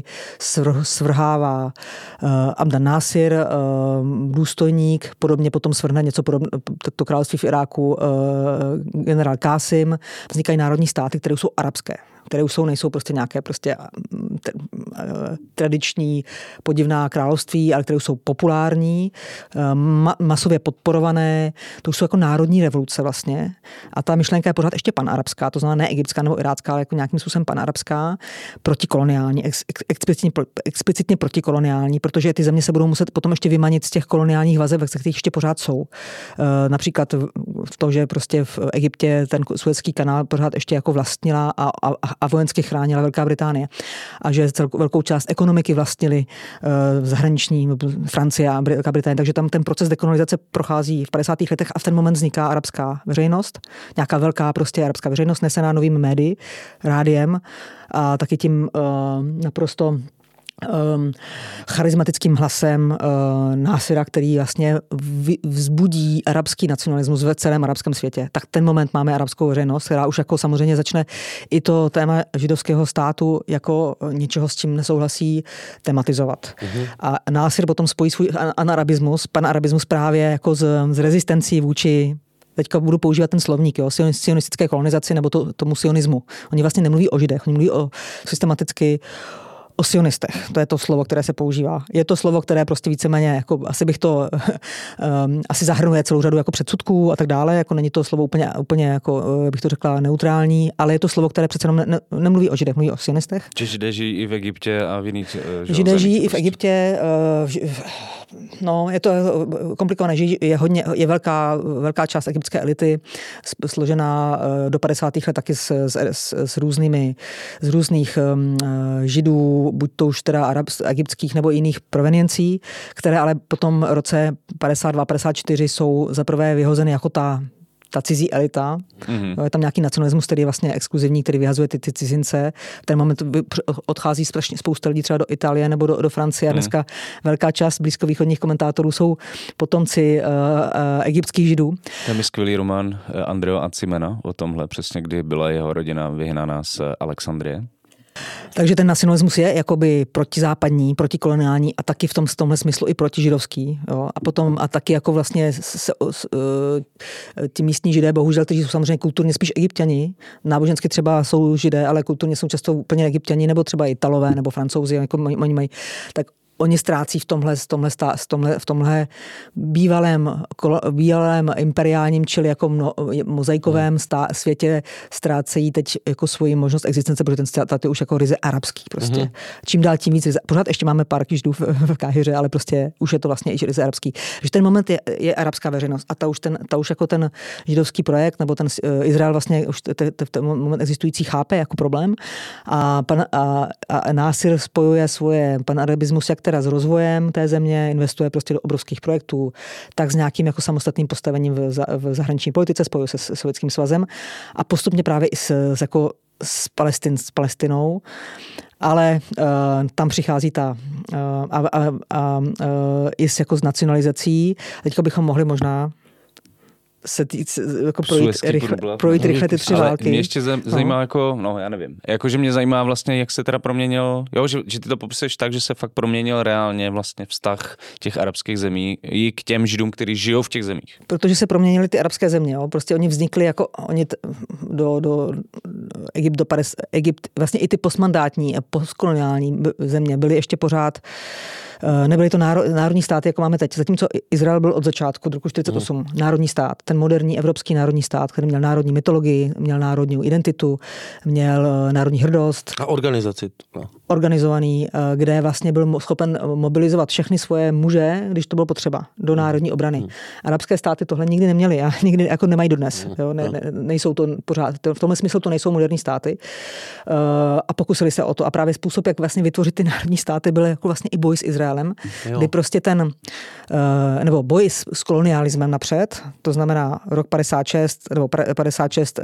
svrhává uh, Abdel Nasir, uh, důstojník, podobně potom svrhne něco podobné, to království v Iráku, uh, generál Kásim, vznikají národní státy, které jsou arabské, které už jsou, nejsou prostě nějaké prostě t- tradiční podivná království, ale které už jsou populární, ma- masově podporované, to už jsou jako národní revoluce vlastně. A ta myšlenka je pořád ještě panarabská, to znamená ne egyptská nebo irácká, ale jako nějakým způsobem panarabská, protikoloniální, ex- explicitně, explicitně protikoloniální, protože ty země se budou muset potom ještě vymanit z těch koloniálních vazeb, ve kterých ještě pořád jsou. Například v to, že prostě v Egyptě ten Suezský kanál pořád ještě jako vlastnila a, a, a vojensky chránila Velká Británie. A že celkou velkou část ekonomiky vlastnili uh, zahraniční Francie a Velká Británie. Takže tam ten proces dekolonizace prochází v padesátých letech a v ten moment vzniká arabská veřejnost. Nějaká velká prostě arabská veřejnost nesená novými médii, rádiem a taky tím uh, naprosto Um, charismatickým hlasem uh, Násira, který vlastně vy, vzbudí arabský nacionalismus ve celém arabském světě. Tak ten moment máme arabskou veřejnost, která už jako samozřejmě začne i to téma židovského státu jako něčeho, s čím nesouhlasí, tematizovat. Uh-huh. A Násir potom spojí svůj anarabismus, panarabismus právě jako z, z rezistencí vůči teďka budu používat ten slovník, jo, sionistické kolonizaci nebo to, tomu sionismu. Oni vlastně nemluví o židech, oni mluví o systematicky o sionistech. To je to slovo, které se používá. Je to slovo, které prostě víceméně, jako asi bych to, um, asi zahrnuje celou řadu jako předsudků a tak dále, jako není to slovo úplně, úplně jako, bych to řekla, neutrální, ale je to slovo, které přece ne, ne, nemluví o židech, mluví o sionistech. Či židé žijí i v Egyptě a v jiných uh, židé žijí i v Egyptě, uh, no, je to komplikované, že je hodně, je velká, velká část egyptské elity, složená uh, do padesátých let taky s, s, s, s různými, z různých um, židů, buď to už teda arab, egyptských nebo jiných proveniencií, které ale potom v roce padesát dva padesát čtyři jsou zaprvé vyhozeny jako ta ta cizí elita. Mm-hmm. Je tam nějaký nacionalismus, který je vlastně exkluzivní, který vyhazuje ty, ty cizince. V ten moment odchází strašně spousta lidí třeba do Itálie nebo do, do Francie. A dneska mm. velká část blízkovýchodních komentátorů jsou potomci uh, uh, egyptských židů. Tam je skvělý román Andreho Acimena o tomhle, přesně kdy byla jeho rodina vyhnaná z Alexandrie. Takže ten nacionalismus je jakoby protizápadní, protikoloniální a taky v tom v tomhle smyslu i protižidovský. Jo? A potom a taky jako vlastně se, se, ti místní židé, bohužel, kteří jsou samozřejmě kulturně spíš Egypťani, nábožensky třeba jsou židé, ale kulturně jsou často úplně Egypťani, nebo třeba Italové, nebo Francouzi, jako oni mají, tak oni ztrácí v tomhle, v tomhle, v tomhle, v tomhle bývalém, bývalém imperiálním, čili jako mno, mozaikovém stá, světě ztrácejí teď jako svoji možnost existence, protože ten stát je už jako ryze arabský prostě. Mm-hmm. Čím dál tím víc ryze. Pořád ještě máme pár židů v, v Káhiře, ale prostě už je to vlastně i ryze arabský. Že ten moment je, je arabská veřejnost a ta už, ten, ta už jako ten židovský projekt, nebo ten uh, Izrael vlastně už v ten moment existující chápe jako problém a, pan, a, a Násir spojuje svoje panarabismus jak teda s rozvojem té země, investuje prostě do obrovských projektů, tak s nějakým jako samostatným postavením v, za, v zahraniční politice, spojuje se s Sovětským svazem a postupně právě i s, s, jako, s, Palestin, s Palestinou, ale uh, tam přichází ta uh, a, a, a, uh, i s, jako s nacionalizací. Teďka bychom mohli možná se tý, jako projít, rychle, projít rychle ty tři ale války. Mě ještě zajímá no. jako, no já nevím, jakože mě zajímá vlastně, jak se teda proměnil, jo, že, že ty to popisuješ tak, že se fakt proměnil reálně vlastně vztah těch arabských zemí i k těm židům, kteří žijou v těch zemích. Protože se proměnily ty arabské země, jo, prostě oni vznikli jako, oni t, do, do Egypt, do Paris, Egypt, vlastně i ty postmandátní a postkoloniální země byly ještě pořád nebyly to národní státy, jako máme teď. Zatímco Izrael byl od začátku, od roku čtyřicet osm, mm. národní stát. Ten moderní evropský národní stát, který měl národní mytologii, měl národní identitu, měl národní hrdost. A organizaci. Organizovaný, kde vlastně byl schopen mobilizovat všechny svoje muže, když to bylo potřeba, do národní obrany. Mm. Arabské státy tohle nikdy neměly a nikdy jako nemají dodnes. Mm. Jo? Ne, ne, nejsou to pořád. V tomhle smyslu to nejsou moderní státy. A pokusili se o to. A právě způsob, jak vlastně vytvořit ty národní státy, byl jako vlastně i boj s Izraelem. Jo. Kdy prostě ten, nebo boj s, s kolonialismem napřed, to znamená rok padesát šest, nebo padesát šest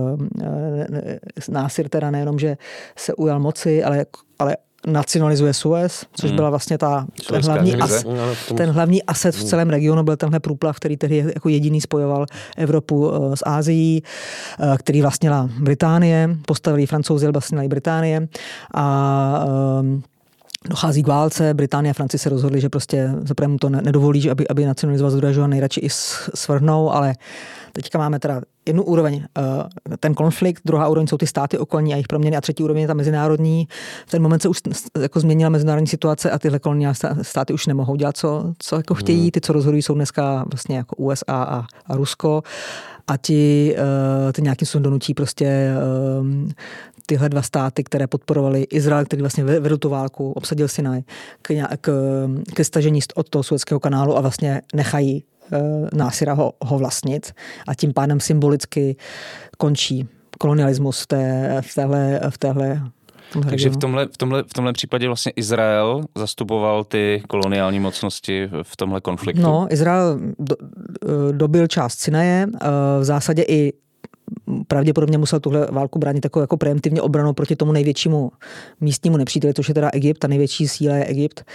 Násir teda nejenom, že se ujal moci, ale, ale nacionalizuje Suez, což byla vlastně ta, ten, hlavní as, ten hlavní aset v celém regionu, byl tenhle průplav, který tedy jako jediný spojoval Evropu s Ázií, který vlastnila Británie, postavili Francouzi, vlastnila i Británie a dochází k válce, Británie a Francie se rozhodli, že prostě zaprvé mu to nedovolí, aby, aby nacionalizoval zdroje, že ho nejradši i svrhnou, ale teďka máme teda jednu úroveň, ten konflikt, druhá úroveň jsou ty státy okolní a jejich proměny a třetí úroveň je ta mezinárodní. V ten moment se už jako změnila mezinárodní situace a tyhle koloniální státy už nemohou dělat, co, co jako chtějí. Ty, co rozhodují, jsou dneska vlastně jako U S A a, a Rusko a ti, ty nějakým způsobem donutí prostě tyhle dva státy, které podporovaly Izrael, který vlastně vedl tu válku, obsadil Sinaj, k, k, k stažení od toho Suezského kanálu a vlastně nechají Násira ho, ho vlastnit a tím pádem symbolicky končí kolonialismus v, té, v téhle, v téhle Takže v tomhle, v, tomhle, v tomhle případě vlastně Izrael zastupoval ty koloniální mocnosti v tomhle konfliktu? No, Izrael do, dobil část Sinaje, v zásadě i pravděpodobně musel tuhle válku bránit jako, jako preemptivně obranou proti tomu největšímu místnímu nepříteli, což je teda Egypt, ta největší síla je Egypt.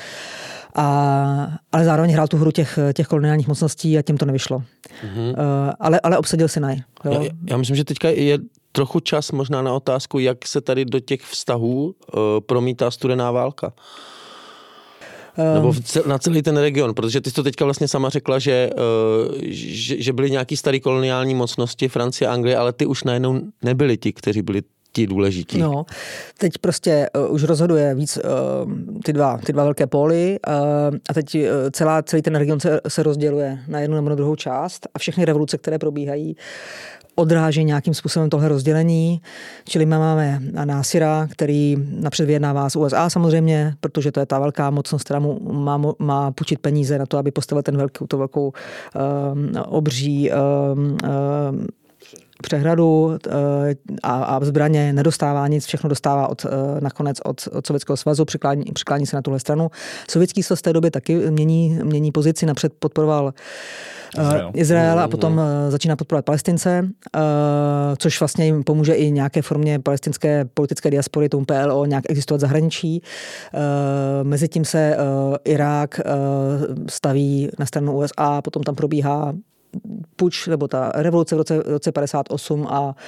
A, ale zároveň hrál tu hru těch, těch koloniálních mocností a tím to nevyšlo. Mm-hmm. Uh, ale, ale obsadil Sinaj. Já, já myslím, že teďka je trochu čas možná na otázku, jak se tady do těch vztahů uh, promítá studená válka. Nebo na celý ten region, protože ty jsi to teďka vlastně sama řekla, že, že, že byly nějaký starý koloniální mocnosti, Francie, Anglie, ale ty už najednou nebyli ti, kteří byli ti důležití. No, teď prostě uh, už rozhoduje víc uh, ty, dva, ty dva velké póly uh, a teď uh, celá, celý ten region se, se rozděluje na jednu nebo na druhou část a všechny revoluce, které probíhají, odráží nějakým způsobem tohle rozdělení. Čili my máme Násira, který napřed vyjednává s U S A samozřejmě, protože to je ta velká mocnost, která mu má, má půjčit peníze na to, aby postavil ten velký, tu velkou um, obří um, um, přehradu a, a zbraně nedostává nic, všechno dostává od, nakonec od, od Sovětského svazu, přiklání, přiklání se na tuhle stranu. Sovětský svaz v té době taky mění, mění pozici, napřed podporoval Izrael, Izrael a potom začíná podporovat Palestince, což vlastně jim pomůže i nějaké formě palestinské politické diaspory, tomu P L O, nějak existovat v zahraničí. Mezitím se Irák staví na stranu U S A, potom tam probíhá puč, nebo ta revoluce v roce, v roce padesát osm a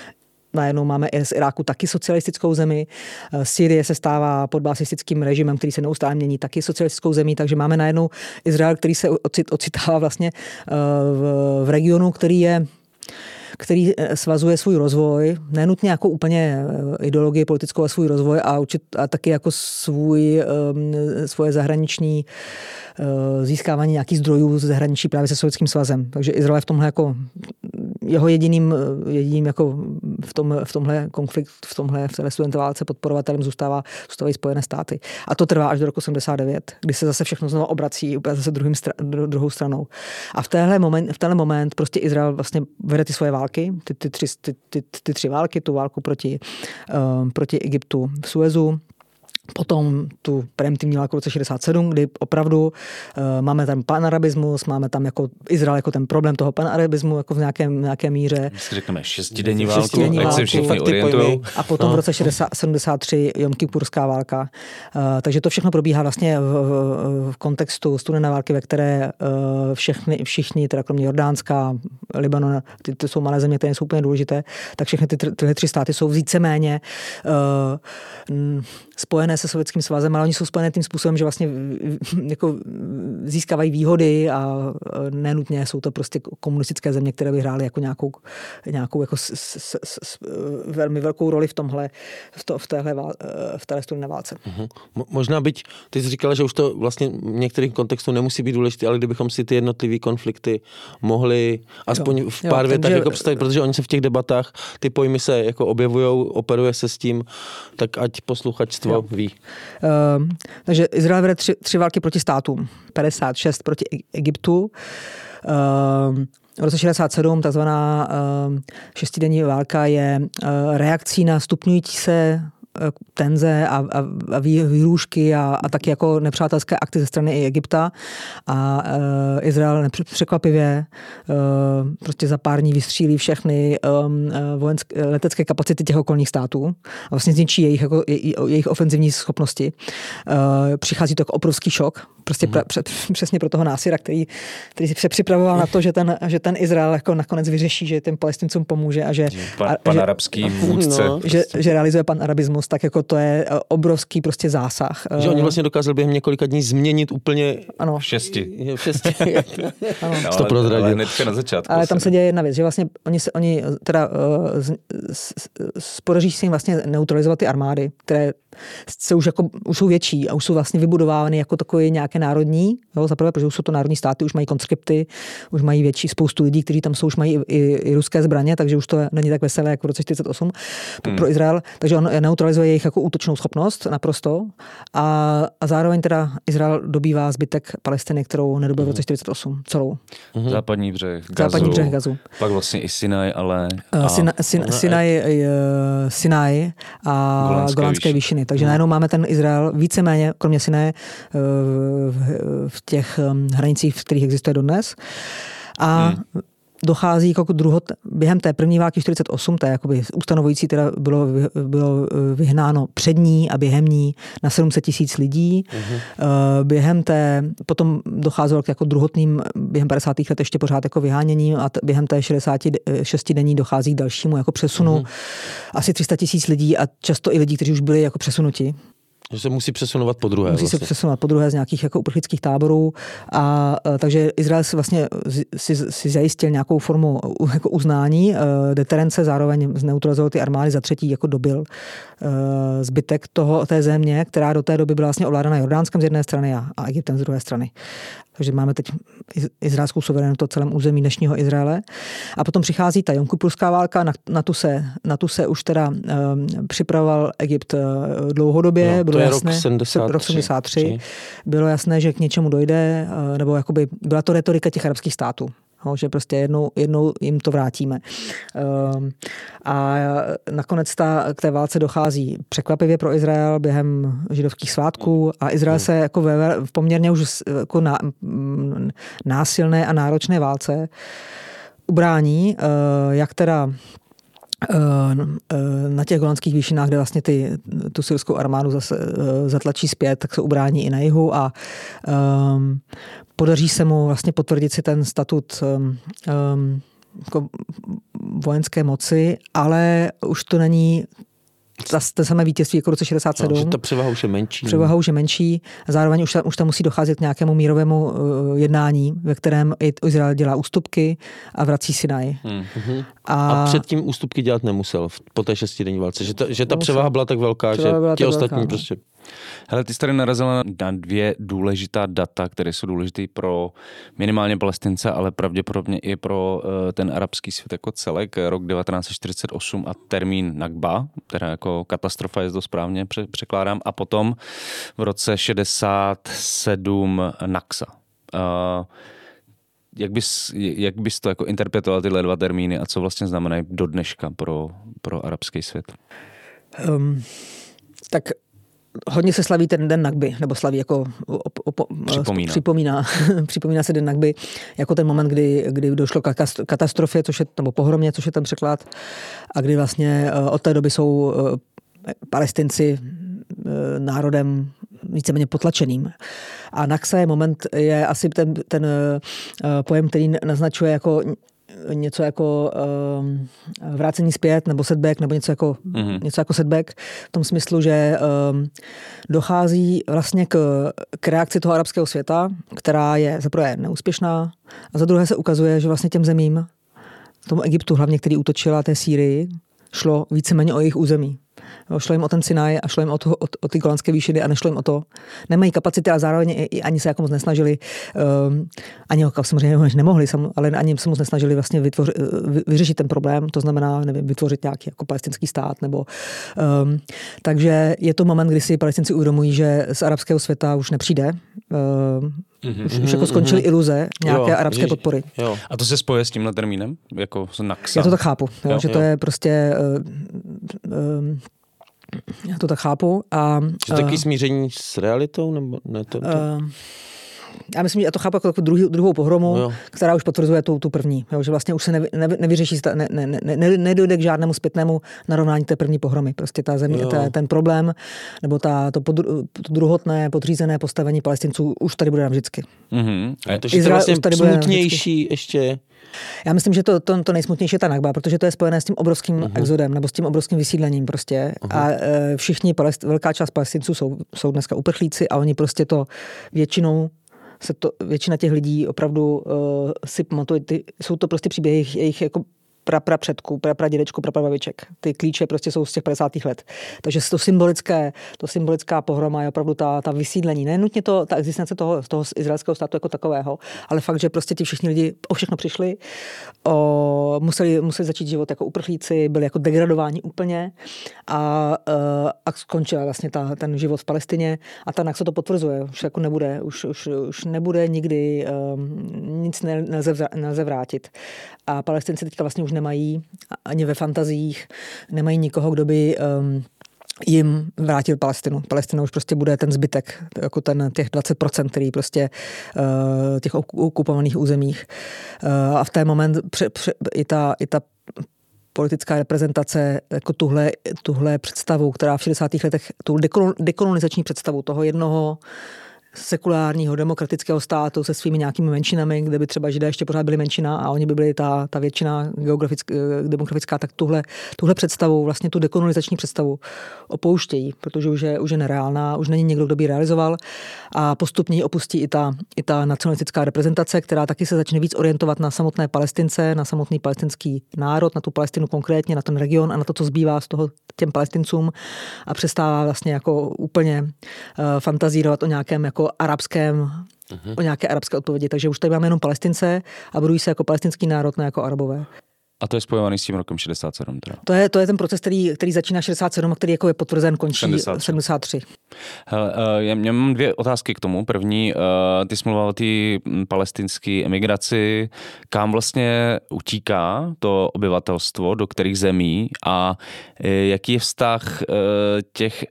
najednou máme i z Iráku taky socialistickou zemi. Sýrie se stává pod basistickým režimem, který se neustále mění, taky socialistickou zemí, takže máme najednou Izrael, který se ocitává vlastně v, v regionu, který je který svazuje svůj rozvoj, nenutně jako úplně ideologii politickou, ale svůj rozvoj a, určit, a taky jako svůj, svoje zahraniční získávání nějakých zdrojů z zahraničí právě se Sovětským svazem. Takže Izrael je v tomhle jako jeho jediným, jediným jako v, tom, v tomhle konflikt, v tomhle v téhle studentové válce podporovatelem zůstává, zůstávají Spojené státy. A to trvá až do roku osmdesát devět, kdy se zase všechno znovu obrací úplně zase druhým str- druhou stranou. A v téhle moment, v téhle moment prostě Izrael vlastně vede ty svoje války, ty, ty, tři, ty, ty, ty tři války, tu válku proti, um, proti Egyptu v Suezu, potom tu preemptivní válku v roce šedesát sedm, kdy opravdu uh, máme tam panarabismus, máme tam jako Izrael jako ten problém toho panarabismu jako v nějakém, nějaké míře. My si řekneme šestidenní válku, šestidenní jak válku, se všichni orientujou. A potom no. v roce šedesát, sedmdesát tři Jom Kipurská válka. Uh, takže to všechno probíhá vlastně v, v, v kontextu studené války, ve které uh, všechny, všichni, teda kromě Jordánska, Libanon, ty, ty jsou malé země, které jsou úplně důležité, tak všechny ty, tyhle tři státy jsou víceméně uh, spojené se Sovětským svazem, ale oni jsou spojené tím způsobem, že vlastně jako získávají výhody a nenutně jsou to prostě komunistické země, které by hrály jako nějakou, nějakou jako s, s, s, s, velmi velkou roli v tomhle, v, to, v téhle, v téhle studené válce. Uh-huh. Mo- možná byť, ty jsi říkala, že už to vlastně v některých kontextů nemusí být důležité, ale kdybychom si ty jednotlivé konflikty mohli aspoň jo, v pár jo, větách takže, jako představit, protože oni se v těch debatách, ty pojmy se jako objevujou, operuje se s tím, tak ať posluchačstvo jo. ví. Uh, takže Izrael vede tři, tři války proti státům. padesát šest proti Egyptu. Uh, v roce šedesát sedm takzvaná uh, šestidenní válka je uh, reakcí na stupňující se tenze a, a, a výhrůžky a, a taky jako nepřátelské akty ze strany i Egypta. A e, Izrael nepřekvapivě e, prostě za pár dní vystřílí všechny e, vojenské, letecké kapacity těch okolních států a vlastně zničí jejich, jako, je, jejich ofenzivní schopnosti. E, přichází to jako obrovský šok, prostě mm. pre, přesně pro toho Násira, který, který se připravoval na to, že ten, že ten Izrael jako nakonec vyřeší, že těm Palestincům pomůže a že pan, pan že, arabský vůdce. No, že, že realizuje pan arabismus, tak jako to je obrovský prostě zásah. Že oni vlastně dokázali během několika dní změnit úplně ano. v šesti. V šesti. Ano. No, ale, ale, ale hnedka na začátku. Ale tam se děje jedna věc, že vlastně oni, se, oni teda uh, podaří si jim vlastně neutralizovat ty armády, které se už, jako, už jsou větší a už jsou vlastně vybudovány jako takové nějaké národní, jo, zaprvé, protože už jsou to národní státy, už mají konskripty, už mají větší spoustu lidí, kteří tam jsou, už mají i, i, i ruské zbraně, takže už to není tak veselé jako v roce čtyřicet osm hmm. pro Izrael, takže on neutralizuje jejich jako útočnou schopnost naprosto a, a zároveň teda Izrael dobývá zbytek Palestiny, kterou nedobil v roce čtyřicet osm, celou. Hmm. Západní břeh Gazu. Západní břeh Gazu. Pak vlastně i Sinaj, ale... A... Sinaj, Sinaj, Sinaj a Golánské, Golánské výšiny. Takže najednou máme ten Izrael víceméně, kromě Sinaje, v těch hranicích, v kterých existuje dodnes. A hmm. dochází jako druhot, během té první války čtyřicet osm, to je jakoby ustanovující, teda bylo, bylo vyhnáno před ní a během ní na sedm set tisíc lidí. Uh-huh. Během té, potom docházelo k jako druhotným, během padesátých let ještě pořád jako vyháněním a t- během té šedesát šest denní dochází k dalšímu jako přesunu. Uh-huh. Asi tři sta tisíc lidí a často i lidí, kteří už byli jako přesunuti. Že se musí přesunovat po druhé. Musí vlastně. se přesunovat po druhé z nějakých jako uprchlických táborů. A, a takže Izrael si vlastně si, si zajistil nějakou formu jako uznání, deterence, zároveň zneutralizoval ty armády, za třetí jako dobil zbytek toho, té země, která do té doby byla vlastně ovládána Jordánskem z jedné strany a, a Egyptem z druhé strany. Takže máme teď izraelskou suverenitu celém území dnešního Izraele. A potom přichází ta Jomkipurská válka, na, na, tu se, na tu se už teda um, připravoval Egypt dlouhodobě. No, bylo to je jasné, rok sedmdesát tři. Rok sedmdesát tři. Bylo jasné, že k něčemu dojde, nebo jakoby byla to retorika těch arabských států. No, že prostě jednou, jednou jim to vrátíme. Um, a nakonec ta, k té válce dochází překvapivě pro Izrael během židovských svátků a Izrael se jako ve, v poměrně už jako ná, násilné a náročné válce ubrání, uh, jak teda na těch Golanských výšinách, kde vlastně ty, tu syrskou armádu zase zatlačí zpět, tak se ubrání i na jihu a um, podaří se mu vlastně potvrdit si ten statut um, jako vojenské moci, ale už to není to samé vítězství jako v roce šedesát sedm. No, že ta převaha už je menší. Převaha už je menší. Zároveň už tam, už tam musí docházet k nějakému mírovému uh, jednání, ve kterém Izrael dělá ústupky a vrací Sinaj. Hmm. A, a předtím ústupky dělat nemusel po té šestidenní válce. Že ta, že ta převaha byla tak velká, převaha že ti ostatní velká, prostě... Hele, ty jsi tady narazila na dvě důležitá data, které jsou důležité pro minimálně Palestince, ale pravděpodobně i pro uh, ten arabský svět jako celek. Rok devatenáct set čtyřicet osm a termín Nakba, teda jako katastrofa, je to správně překládám, a potom v roce šedesát sedm Naksa. Uh, jak, bys, jak bys to jako interpretoval tyhle dva termíny a co vlastně znamenají do dneška pro, pro arabský svět? Um, tak hodně se slaví ten den Nakby, nebo slaví jako op, op, připomíná. Připomíná, připomíná se den Nakby jako ten moment, kdy, kdy došlo k katastrofě, což je, nebo pohromě, což je ten překlad, a kdy vlastně od té doby jsou Palestinci národem víceméně potlačeným. A Naksa je moment, je asi ten, ten pojem, který naznačuje jako něco jako um, vrácení zpět, nebo setback, nebo něco jako, mm-hmm. něco jako setback, v tom smyslu, že um, dochází vlastně k, k reakci toho arabského světa, která je za prvé neúspěšná, a za druhé se ukazuje, že vlastně těm zemím, tomu Egyptu hlavně, který útočila té Sýrii, šlo víceméně o jejich území. Šlo jim o ten Sinaj a šlo jim o, to, o, o ty Golanské výšiny a nešlo jim o to. Nemají kapacity a zároveň i, i ani se jako moc nesnažili, um, ani ho samozřejmě nemohli, sam, ale ani se moc nesnažili vlastně vytvořit, vy, vyřešit ten problém, to znamená, nevím, vytvořit nějaký jako palestinský stát, nebo um, takže je to moment, kdy si Palestinci uvědomují, že z arabského světa už nepřijde. Um, mm-hmm, už, už jako skončily mm-hmm. iluze nějaké jo, arabské jež, podpory. Jo. A to se spojuje s tímhle termínem? Jako Naksa? Já to tak chápu, jo, jo, že jo. to je prostě... Uh, um, Já to tak chápu. A, je to taky smíření s realitou? Nebo ne, to, to... Uh, já myslím, že já to chápu jako druhý, druhou pohromu, no, která už potvrzuje tu, tu první. Jo, že vlastně už se nevy, nevy, nevyřeší, ne, ne, ne, ne, nedojde k žádnému zpětnému narovnání té první pohromy. Prostě ta země, ta, ten problém, nebo ta, to, podru, to druhotné, podřízené postavení Palestinců už tady bude navždycky. Mm-hmm. A to, že to vlastně smutnější ještě... Já myslím, že to, to, to nejsmutnější je ta Nakba, protože to je spojené s tím obrovským uh-huh. exodem nebo s tím obrovským vysídlením prostě. Uh-huh. A e, všichni, palest, velká část Palestinců jsou, jsou dneska uprchlíci a oni prostě to většinou se to, většina těch lidí opravdu uh, si pamatuje, ty, jsou to prostě příběhy jejich, jejich jako pra, pra předků, pra, pra dědečku, pra, pra babiček. Ty klíče prostě jsou z těch padesátých let. Takže to symbolické, to symbolická pohroma je opravdu ta, ta vysídlení. Ne nutně to, ta existence toho, toho izraelského státu jako takového, ale fakt, že prostě ti všichni lidi o všechno přišli, o, museli, museli začít život jako uprchlíci, byli jako degradováni úplně a, a skončila vlastně ta, ten život v Palestině a ta Naksa to potvrzuje. Už jako nebude, už, už, už nebude nikdy um, nic ne, nelze, nelze vrátit. A Palestinci teďka vlastně už nemají, ani ve fantazích, nemají nikoho, kdo by um, jim vrátil Palestinu. Palestina už prostě bude ten zbytek, jako ten těch dvacet procent, který prostě uh, těch okupovaných územích. Uh, a v té moment pře, pře, i ta, i ta politická reprezentace, jako tuhle, tuhle představu, která v šedesátých letech, tu dekolonizační představu toho jednoho sekulárního, demokratického státu se svými nějakými menšinami, kde by třeba Židé ještě pořád byli menšina a oni by byli ta, ta většina geografická, demografická, tak tuhle, tuhle představu, vlastně tu dekolonizační představu opouštějí, protože už je, už je nereálná, už není někdo, kdo by ji realizoval a postupně ji opustí i ta, i ta nacionalistická reprezentace, která taky se začne víc orientovat na samotné Palestince, na samotný palestinský národ, na tu Palestinu konkrétně, na ten region a na to, co zbývá z toho těm Palestincům a přestává vlastně jako úplně uh, fantazírovat o nějakém jako arabském, uh-huh. o nějaké arabské odpovědi. Takže už tady máme jenom Palestince a budují se jako palestinský národ, ne jako Arabové. A to je spojovaný s tím rokem šedesát sedm teda. To je, to je ten proces, který, který začíná šedesát sedm a který jako je potvrzen, končí sedmdesát tři. Hele, já, já mám dvě otázky k tomu. První, ty jsi mluvil o té palestinské emigraci. Kam vlastně utíká to obyvatelstvo, do kterých zemí a jaký je vztah těch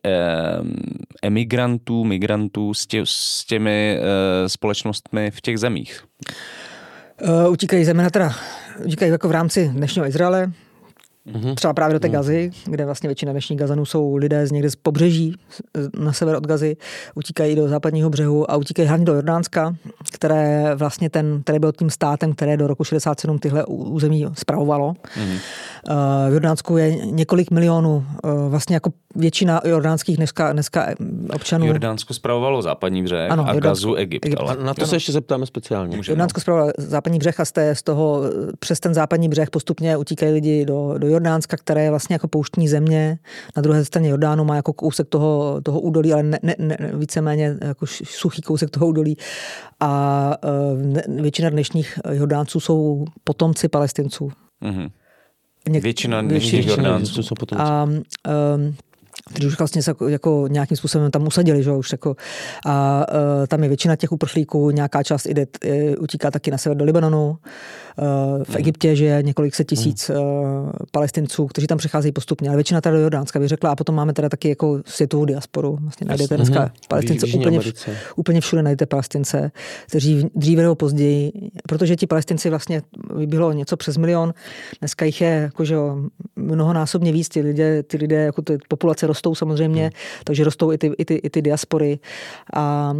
emigrantů, migrantů s, tě, s těmi společnostmi v těch zemích? Uh, utíkají zejména teda, utíkají jako v rámci dnešního Izraele, Mm-hmm. Třeba právě do té Gazy, kde vlastně většina dnešních Gazanů jsou lidé z někde z pobřeží na sever od Gazy, utíkají do západního břehu a utíkají hlavně do Jordánska, které vlastně ten, který byl tím státem, které do roku šedesát sedm tyhle území spravovalo. Mm-hmm. Uh, v Jordánsku je několik milionů, uh, vlastně jako většina jordánských dneska, dneska občanů. Jordánsko spravovalo západní břeh ano, a Gazu Egypt. Egypt. Ale na to se ještě zeptáme speciálně. Jordánsko spravovalo západní břeh a z, té, z toho přes ten západní břeh postupně utíkají lidi do, do Jordánska, které je vlastně jako pouštní země. Na druhé straně Jordánu má jako kousek toho, toho údolí, ale ne, ne, ne, víceméně jako suchý kousek toho údolí. A uh, většina dnešních Jordánců jsou potomci Palestinců. Mm-hmm. Něk- Většina dnešních Jordánců jsou potomci. A um, kteří už vlastně se jako, jako nějakým způsobem tam usadili, že už jako a uh, tam je většina těch uprchlíků, nějaká část jde, utíká taky na sever do Libanonu. Uh, v Egyptě žije několik set tisíc uh, Palestinců, kteří tam přicházejí postupně, ale většina teda do Jordánska, bych řekla, a potom máme teda taky jako světovou diasporu. Vlastně najdete dneska mm-hmm. Palestince úplně, úplně všude najdete Palestince, kteří dříve nebo později, protože ti Palestinci vlastně bylo něco přes milion, dneska jich je jakože mnohonásobně víc, ty lidé, ty lidé jako ty populace rostou samozřejmě, hmm. takže rostou i ty, i ty, i ty diaspory. A,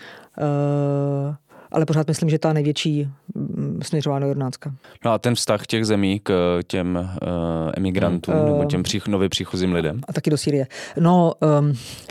uh, ale pořád myslím, že ta největší směřová do Jordánska. No a ten vztah těch zemí k těm uh, emigrantům uh, nebo těm přích, nově příchozím lidem? A taky do Sýrie. No, um,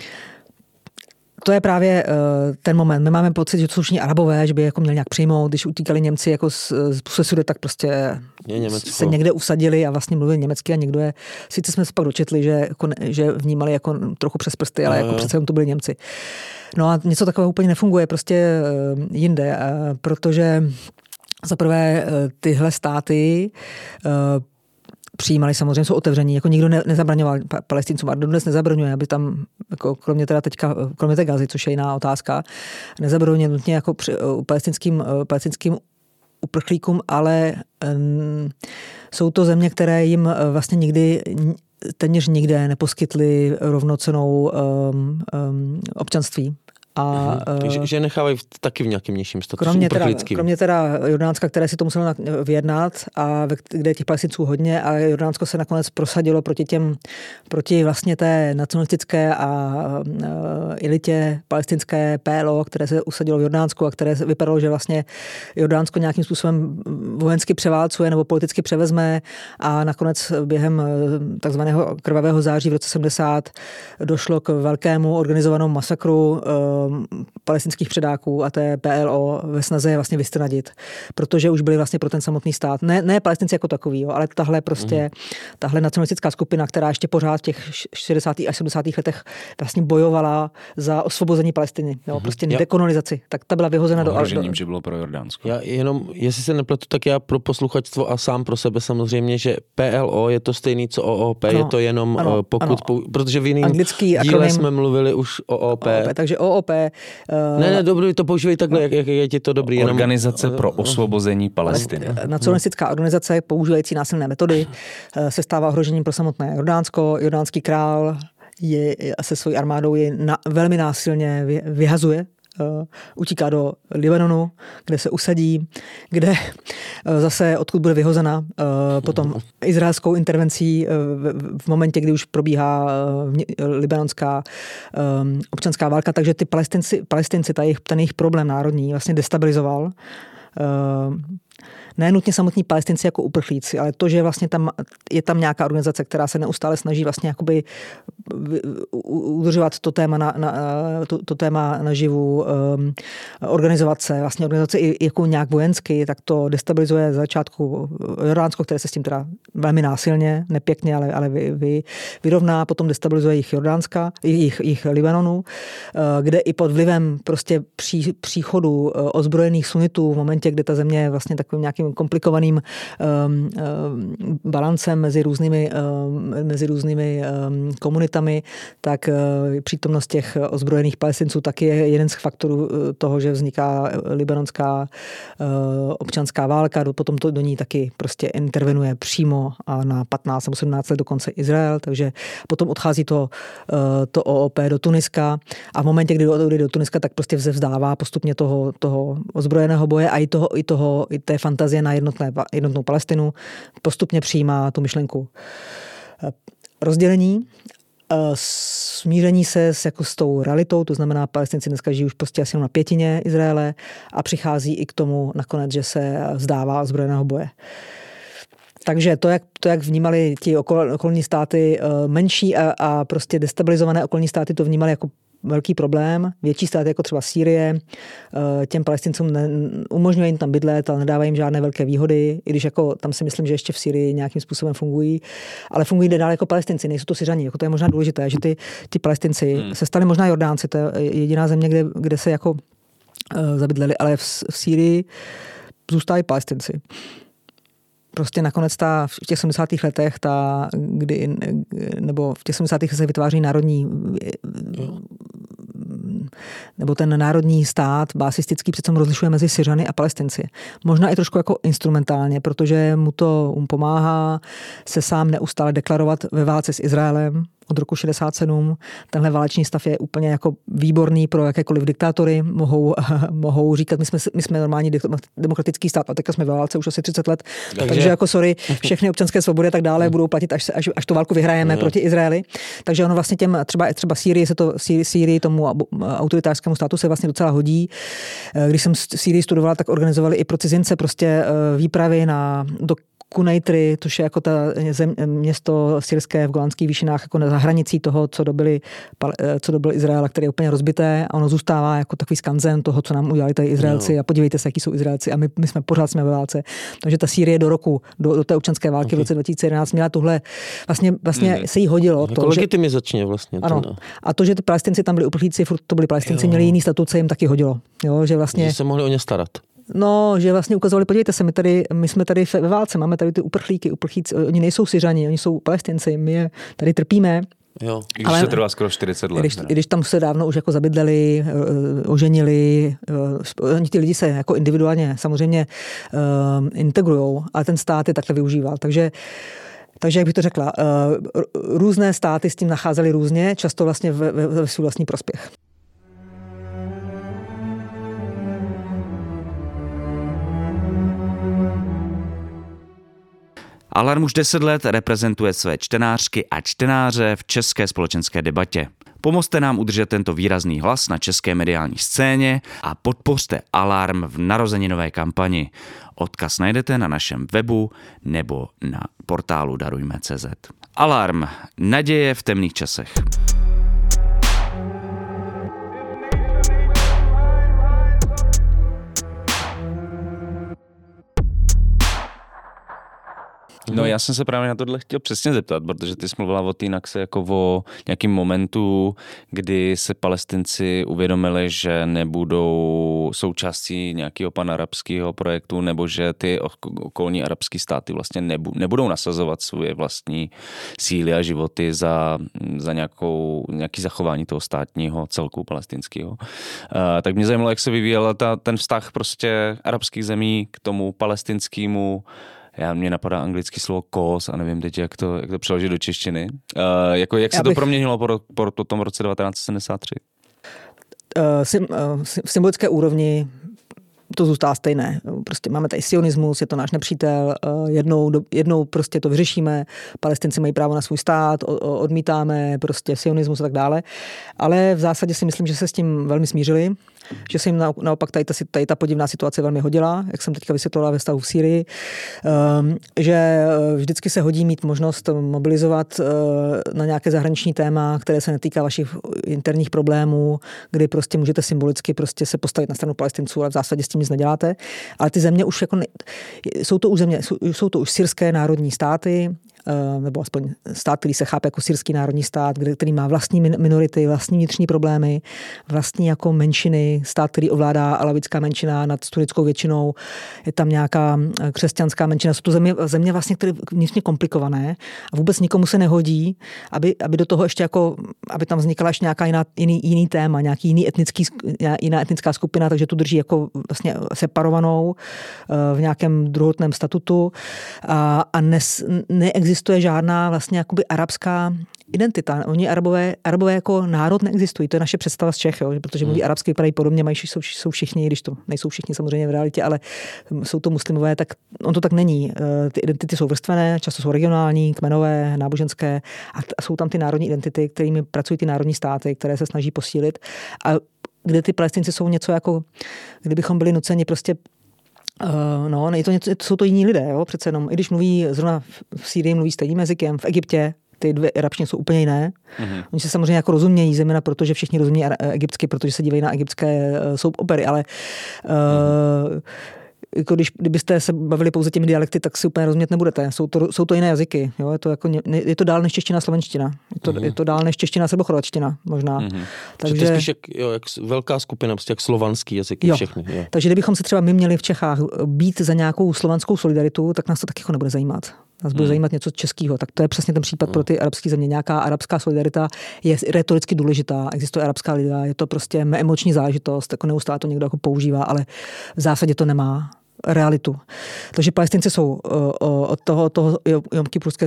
to je právě uh, ten moment. My máme pocit, že to jsou všichni Arabové, že by jako měli nějak přijmout. Když utíkali Němci jako z, z sude, tak prostě se někde usadili a vlastně mluvili německy a někdo je... Sice jsme se pak dočetli, že, jako, že vnímali jako trochu přes prsty, ale no, jako přece to byli Němci. No a něco takového úplně nefunguje prostě uh, jinde, uh, protože za prvé uh, tyhle státy uh, přijímali, samozřejmě jsou otevření, jako nikdo ne, nezabraňoval Palestincům a dodnes nezabraňuje, aby tam, jako kromě teda teďka, kromě té Gazy, což je jiná otázka, nezabraňuje nutně jako při, palestinským, palestinským uprchlíkům, ale um, jsou to země, které jim vlastně nikdy téměř nikde neposkytly rovnocennou um, um, občanství. A, mhm. že, že nechávají taky v nějakém nižším statusu kromě teda, uprchlickým. kromě teda Jordánska, které si to muselo vyjednat a kde je těch Palestinců hodně a Jordánsko se nakonec prosadilo proti těm, proti vlastně té nacionalistické a uh, elitě palestinské P L O, které se usadilo v Jordánsku a které vypadalo, že vlastně Jordánsko nějakým způsobem vojensky převálcuje nebo politicky převezme a nakonec během takzvaného krvavého září v roce sedmdesát došlo k velkému organizovanému masakru uh, palestinských předáků a té P L O ve snaze je vlastně vystrnadit, protože už byli vlastně pro ten samotný stát. Ne, ne Palestinci jako takový, jo, ale tahle prostě, mm. tahle nacionalistická skupina, která ještě pořád v těch šedesátých až sedmdesátých letech vlastně bojovala za osvobození Palestiny, jo, prostě mm. dekolonizaci, tak ta byla vyhozena do... Ohrožením, že bylo pro Jordánsko. Já jenom, jestli se nepletu, tak já pro posluchačstvo a sám pro sebe samozřejmě, že P L O je to stejný, co O O P, ano, je to jenom ano, pokud, ano. Pou, protože v jiném díle akronym, jsme mluvili už o O O P. O O P takže O O P Uh, ne, ne, dobrý, to používej takhle, jak, jak je ti to dobrý. Organizace jenom... pro osvobození Palestiny. Nacionalistická organizace používající násilné metody se stává ohrožením pro samotné Jordánsko. Jordánský král je, se svojí armádou je na, velmi násilně vy, vyhazuje. Uh, utíká do Libanonu, kde se usadí, kde uh, zase odkud bude vyhozena uh, potom izraelskou intervencí uh, v, v momentě, kdy už probíhá uh, libanonská um, občanská válka, takže ty palestinci, palestinci ta jejich, ten jejich problém národní vlastně destabilizoval. Uh, ne nutně samotní Palestinci jako uprchlíci, ale to, že vlastně tam je tam nějaká organizace, která se neustále snaží vlastně jakoby udržovat to téma na, na, to, to téma naživu, um, organizovat se, vlastně organizace i jako nějak vojensky, tak to destabilizuje z začátku Jordánsko, které se s tím teda velmi násilně, nepěkně, ale, ale vy, vy, vyrovná, potom destabilizuje jich Jordánska, jich, jich Libanonu, uh, kde i pod vlivem prostě pří, příchodu uh, ozbrojených sunitů v momentě, kdy ta země je vlastně takovým nějakým komplikovaným um, um, balancem mezi různými, um, mezi různými um, komunitami, tak uh, přítomnost těch ozbrojených Palestinců taky je jeden z faktorů toho, že vzniká libanonská uh, občanská válka, potom to do ní taky prostě intervenuje přímo a na patnáct nebo sedmnáct let dokonce Izrael, takže potom odchází to, uh, to O O P do Tuniska a v momentě, kdy odejde do Tuniska, tak prostě vzdává postupně toho, toho ozbrojeného boje a i toho, i toho, i té fantazie fantazii na jednotné, jednotnou Palestinu, postupně přijímá tu myšlenku rozdělení, smíření se s, jako s tou realitou, to znamená, Palestinci dneska žijí už prostě asi na pětině Izraele a přichází i k tomu nakonec, že se vzdává ozbrojeného boje. Takže to, jak, to, jak vnímali ti okol, okolní státy menší a, a prostě destabilizované okolní státy, to vnímali jako velký problém. Větší státy, jako třeba Sýrie, těm Palestincům ne, umožňují jim tam bydlet, ale nedávají jim žádné velké výhody, i když jako tam si myslím, že ještě v Sýrii nějakým způsobem fungují, ale fungují dále jako Palestinci, nejsou to Syřani. Jako to je možná důležité, že ty, ty Palestinci hmm. se stali možná Jordánci, to je jediná země, kde, kde se jako uh, zabydleli, ale v, v Sýrii zůstali Palestinci. Prostě nakonec ta, v těch sedmdesátých letech, ta, kdy, nebo v těch sedmdesátých letech se vytváří národní, nebo ten národní stát basistický, přece rozlišuje mezi Syřany a Palestinci. Možná i trošku jako instrumentálně, protože mu to um pomáhá se sám neustále deklarovat ve válce s Izraelem od roku šedesát sedm. Tenhle válečný stav je úplně jako výborný pro jakékoliv diktátory. Mohou, mohou říkat, my jsme, my jsme normální demokratický stát a teďka jsme ve válce už asi třicet let. Takže, Takže jako sorry, všechny občanské svobody a tak dále budou platit, až, až, až tu válku vyhrajeme proti Izraeli. Takže ono vlastně těm, třeba, třeba Sýrii se to, Sýrii tomu autoritářskému státu se vlastně docela hodí. Když jsem v Sýrii studovala, tak organizovali i pro cizince prostě výpravy na, do Kunejtry, což je jako ta zem, město syrské v Golanských výšinách, jako na hranicí toho, co dobyli, co dobyl Izrael, které je úplně rozbité a ono zůstává jako takový skanzen toho, co nám udělali tady Izraelci no. A podívejte se, jaký jsou Izraelci a my, my jsme pořád jsme ve válce. Takže ta Sýrie do roku, do, do té občanské války okay. v roce dva tisíce jedenáct měla tuhle, vlastně, vlastně mm. se jí hodilo. Jako to, legitimizačně vlastně. Ano. To, a to, že ty Palestinci tam byli uprchlíci, furt to byli Palestinci, jo. měli jiný statut, se jim taky hodilo. Jo, že vlastně že se mohli o ně starat. No, že vlastně ukazovali, podívejte se, my, tady, my jsme tady ve válce, máme tady ty uprchlíky, uprchlíci, oni nejsou Syřani, oni jsou Palestinci, my je tady trpíme. Jo. I když se trvá skoro čtyřic let. Když, když tam se dávno už jako zabydleli, oženili, oni ty lidi se jako individuálně samozřejmě uh, integrujou, ale ten stát je takhle využíval. Takže Takže, jak bych to řekla, uh, různé státy s tím nacházely různě, často vlastně ve, ve, ve svůj vlastní prospěch. Alarm už deset let reprezentuje své čtenářky a čtenáře v české společenské debatě. Pomozte nám udržet tento výrazný hlas na české mediální scéně a podpořte Alarm v narozeninové kampani. Odkaz najdete na našem webu nebo na portálu darujme tečka cé zet. Alarm. Naděje v temných časech. No já jsem se právě na tohle chtěl přesně zeptat, protože ty jsi mluvila o té Nakse jako o nějakým momentu, kdy se Palestinci uvědomili, že nebudou součástí nějakého panarabského projektu, nebo že ty okolní arabské státy vlastně nebudou nasazovat svoje vlastní síly a životy za, za nějakou, nějaký zachování toho státního celku palestinského. Uh, tak mě zajímalo, jak se vyvíjel ta, ten vztah prostě arabských zemí k tomu palestinskému. Já mě napadá anglické slovo cause a nevím teď, jak to, jak to přeložit do češtiny. Uh, jako, jak se bych... to proměnilo po, po, po tom roce devatenáct set sedmdesát tři? Uh, sym, uh, v symbolické úrovni to zůstává stejné. Prostě máme tady sionismus, je to náš nepřítel, jednou, jednou prostě to vyřešíme, Palestinci mají právo na svůj stát, odmítáme prostě sionismus a tak dále. Ale v zásadě si myslím, že se s tím velmi smířili, že se jim naopak tady ta, tady ta podivná situace velmi hodila, jak jsem teďka vysvětlila ve stavu v Sýrii, že vždycky se hodí mít možnost mobilizovat na nějaké zahraniční téma, které se netýká vašich interních problémů, kdy prostě můžete symbolicky prostě se postavit na stranu Palestinců, ale v zásadě s tím nic neděláte. Ale ty země už jako ne, jsou to už země, jsou, jsou to už syrské národní státy, nebo aspoň stát, který se chápe jako syrský národní stát, který má vlastní minority, vlastní vnitřní problémy, vlastní jako menšiny, stát, který ovládá alavická menšina nad sunnickou většinou, je tam nějaká křesťanská menšina, jsou to země, země vlastně, které vnitřně komplikované a vůbec nikomu se nehodí, aby, aby do toho ještě jako, aby tam vznikala ještě nějaká jiná, jiný, jiný téma, nějaký jiný etnický, jiná etnická skupina, takže tu drží jako vlastně separovanou v nějakém druhotném statutu a, a nes, neexistuje neexistuje žádná vlastně jakoby arabská identita. Oni arabové, arabové jako národ neexistují. To je naše představa z Čech, jo? Protože mluví arabsky, vypadají podobně, mají, jsou, jsou všichni, když to nejsou všichni samozřejmě v realitě, ale jsou to muslimové, tak on to tak není. Ty identity jsou vrstvené, často jsou regionální, kmenové, náboženské a jsou tam ty národní identity, kterými pracují ty národní státy, které se snaží posílit. A kde ty Palestinci jsou něco jako, kdybychom byli nuceni prostě Uh, no, je to něco, jsou to jiní lidé, jo, přece jenom, i když mluví, zrovna v Sýrii mluví stejným jazykem, v Egyptě ty dvě arabštiny jsou úplně jiné. Mm-hmm. Oni se samozřejmě jako rozumějí, zejména protože všichni rozumí egyptsky, protože se dívají na egyptské uh, soap opery, ale uh, mm-hmm. jako když, kdybyste se bavili pouze těmi dialekty, tak si úplně rozumět nebudete. Jsou to, jsou to jiné jazyky. Jo? Je, to jako, je to dál než čeština a slovenština. Je to, mm-hmm. je to dál než čeština a srbochorvačtina možná. Mm-hmm. Takže to je spíš jak, jo, jak velká skupina, prostě jak slovanský jazyky jo. všechny. Jo. Takže kdybychom se třeba my měli v Čechách být za nějakou slovanskou solidaritu, tak nás to taky jako nebude zajímat. Nás bude mm. zajímat něco českého. Tak to je přesně ten případ mm. pro ty arabské země. Nějaká arabská solidarita je retoricky důležitá. Existuje arabská liga, je to prostě emoční záležitost, jako neustále to někdo jako používá, ale v zásadě to nemá realitu. Takže Palestinci jsou od toho, toho jomkypurské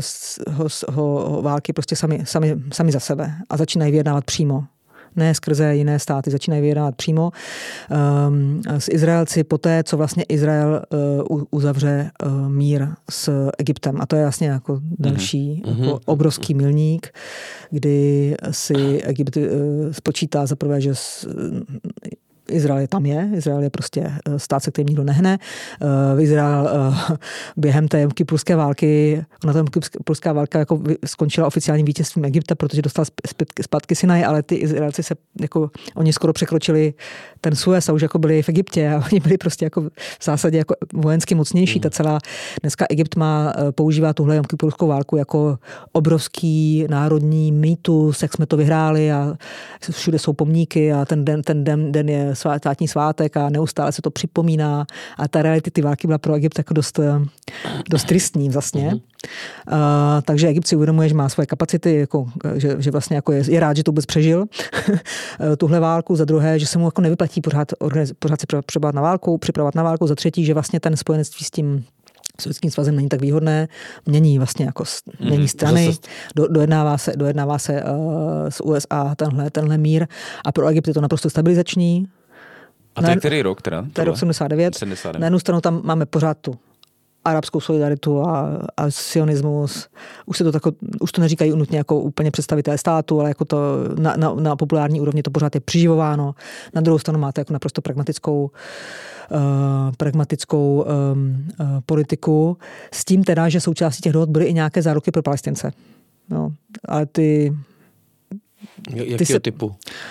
války prostě sami, sami, sami za sebe a začínají vyjednávat přímo. Ne skrze jiné státy, začínají vyjednávat přímo um, s Izraelci poté, co vlastně Izrael uh, uzavře uh, mír s Egyptem. A to je vlastně jako další mm-hmm. jako obrovský milník, kdy si Egypt uh, spočítá za prvé, že s, Izrael je tam je, Izrael je prostě stát, se kterým nikdo nehne. Uh, Izrael uh, během té jomkypurské války, ona ta jomkypurská válka jako skončila oficiálním vítězstvím Egypta, protože dostal zpátky Sinaj, ale ty Izraelci se jako, oni skoro překročili ten Suez a už jako byli v Egyptě a oni byli prostě jako v zásadě jako vojensky mocnější. Mm. Ta celá, dneska Egypt má, používá tuhle jomkypurskou válku jako obrovský národní mýtus, jak jsme to vyhráli a všude jsou pomníky a ten den, ten den, den je státní svátek a neustále se to připomíná a ta realita ty války byla pro Egypt jako dost, dost tristní vlastně. Mm-hmm. Uh, takže Egypt si uvědomuje, že má svoje kapacity, jako, že, že vlastně jako je, je rád, že to vůbec přežil tuhle válku, za druhé, že se mu jako nevyplatí pořád, pořád si připravovat na válku, připravovat na válku, za třetí, že vlastně ten spojenectví s tím Sovětským svazem není tak výhodné, mění vlastně jako mění strany, do, dojednává se, dojednává se uh, s U S A tenhle, tenhle mír a pro Egypt je to naprosto stabilizační. A to je který rok teda? To je rok sedmdesát devět. sedmdesát devět. Na jednu stranu tam máme pořád tu arabskou solidaritu a, a sionismus. Už se to tako, už to neříkají nutně jako úplně představitelé státu, ale jako to na, na, na populární úrovni to pořád je přiživováno. Na druhou stranu máte jako naprosto pragmatickou Uh, pragmatickou um, uh, politiku. S tím teda, že součástí těch dohod byly i nějaké záruky pro Palestince. No, ale ty... Jakého ty typu? Uh,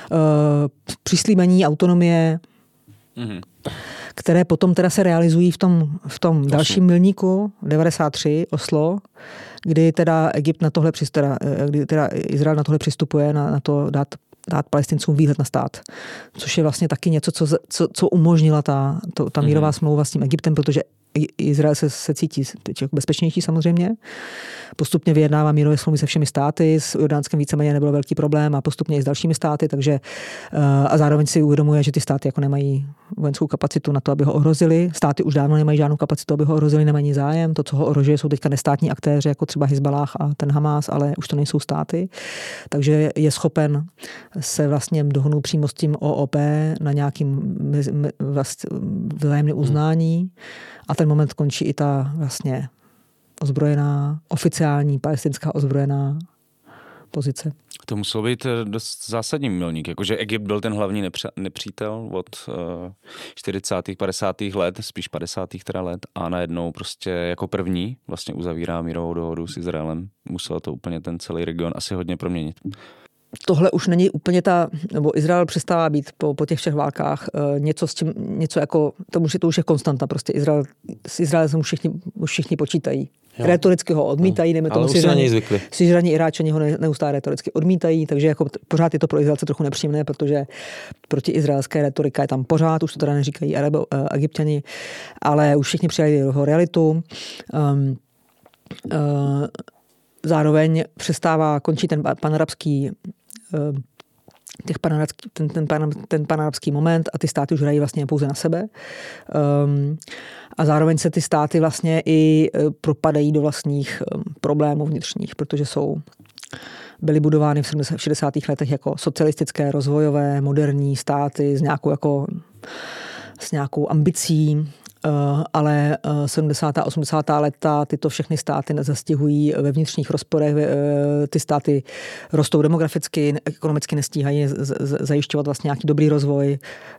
přislíbení autonomie, mm-hmm. které potom teda se realizují v tom, v tom dalším milníku devadesát tři Oslo, kdy teda Egypt na tohle, teda, kdy teda Izrael na tohle přistupuje, na, na to dát dát Palestincům výhled na stát. Což je vlastně taky něco, co, co, co umožnila ta, to, ta mírová smlouva s tím Egyptem, protože Izrael se, se cítí bezpečnější samozřejmě. Postupně vyjednává mírové smlouvy se všemi státy, s Jordánskem víceméně nebyl velký problém a postupně i s dalšími státy, takže a zároveň si uvědomuje, že ty státy jako nemají vojenskou kapacitu na to, aby ho ohrozili. Státy už dávno nemají žádnou kapacitu, aby ho ohrozili, nemají zájem. To, co ho ohrožuje, jsou teďka nestátní aktéři, jako třeba Hizbalách a ten Hamas, ale už to nejsou státy. Takže je schopen se vlastně dohnout přímo s tím O O P na nějakým vlastně vzájemném uznání. A ten moment končí i ta vlastně ozbrojená, oficiální palestinská ozbrojená pozice. To muselo být dost zásadní milník, jakože Egypt byl ten hlavní nepř- nepřítel od uh, čtyřicátých padesátých let, spíš padesátých teda let a najednou prostě jako první vlastně uzavírá mírovou dohodu s Izraelem. Muselo to úplně ten celý region asi hodně proměnit. Tohle už není úplně ta, nebo Izrael přestává být po, po těch všech válkách něco s tím, něco jako, to už je, to už je konstanta, prostě Izrael, s Izraelem se už všichni, už všichni počítají. Jo. Retoricky ho odmítají, jdeme tomu Syřani, Iráčani ho neustále retoricky odmítají, takže jako pořád je to pro Izraelce trochu nepříjemné, protože proti izraelské retorika je tam pořád, už to teda neříkají Arabo, uh, Egypťani, ale už všichni přijali jeho realitu. Um, uh, zároveň přestává, končí ten panarabský těch panarabský, ten, ten, pan, ten panarabský moment a ty státy už hrají vlastně pouze na sebe. Um, a zároveň se ty státy vlastně i propadají do vlastních um, problémů vnitřních, protože jsou byly budovány v šedesátých letech jako socialistické, rozvojové, moderní státy s nějakou, jako, s nějakou ambicí, ale sedmdesátá a osmdesátá léta tyto všechny státy zastihují ve vnitřních rozporech. Ty státy rostou demograficky, ekonomicky nestíhají zajišťovat vlastně nějaký dobrý rozvoj,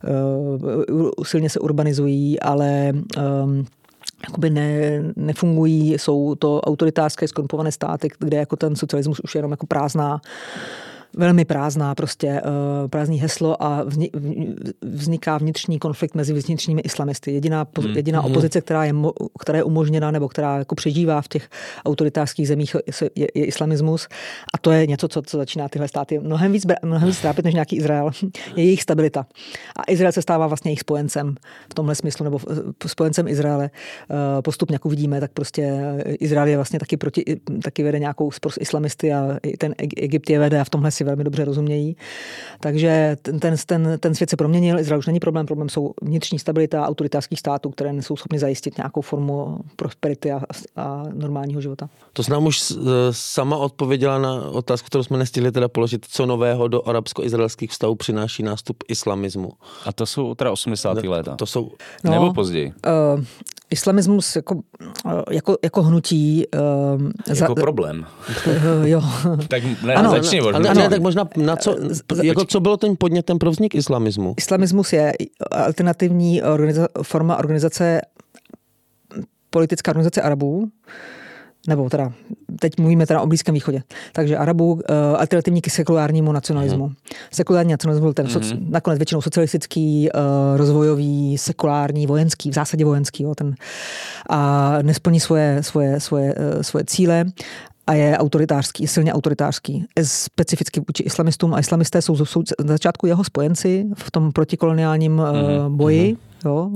silně se urbanizují, ale jakoby ne, nefungují, jsou to autoritářské skorumpované státy, kde jako ten socialismus už je jenom jako prázdná, velmi prázdná, prostě uh, prázdný heslo a vzniká vnitřní konflikt mezi vnitřními islamisty. Jediná, mm. jediná opozice, která je, která je umožněna nebo která jako přežívá v těch autoritářských zemích, je, je islamismus. A to je něco, co, co začíná tyhle státy mnohem víc, mnohem víc trápit než nějaký Izrael. Je jejich stabilita. A Izrael se stává vlastně jejich spojencem v tomhle smyslu, nebo spojencem Izraele. Uh, postupně, jak uvidíme, tak prostě Izrael je vlastně taky proti, taky vede nějakou spor s islamisty a ten Egypt je vede a v tomhle si velmi dobře rozumějí. Takže ten, ten, ten, ten svět se proměnil, Izrael už není problém, problém jsou vnitřní stabilita autoritářských států, které nejsou schopny zajistit nějakou formu prosperity a, a normálního života. To jsi nám už sama odpověděla na otázku, kterou jsme nestihli teda položit, co nového do arabsko-izraelských vztahů přináší nástup islamismu. A to jsou teda osmdesátá léta. To jsou... No, nebo později? Uh, islamismus jako, jako, jako hnutí... Uh, jako za, problém. Uh, jo. Tak ne, ano, začni možná. Ale ne, tak možná na co, jako co bylo ten podnětem pro vznik islamismu? Islamismus je alternativní organiza, forma organizace, politická organizace Arabů, nebo teda, teď mluvíme teda o Blízkém východě. Takže Arabů uh, alternativní k sekulárnímu nacionalismu. Mm. Sekulární nacionalismus byl ten mm. soci, nakonec většinou socialistický, uh, rozvojový, sekulární, vojenský, v zásadě vojenský. Jo, ten, a nesplní svoje, svoje, svoje, uh, svoje cíle a je autoritářský, silně autoritářský. Specificky vůči islamistům a islamisté jsou, jsou na začátku jeho spojenci v tom protikoloniálním mm. uh, boji. Mm. Jo,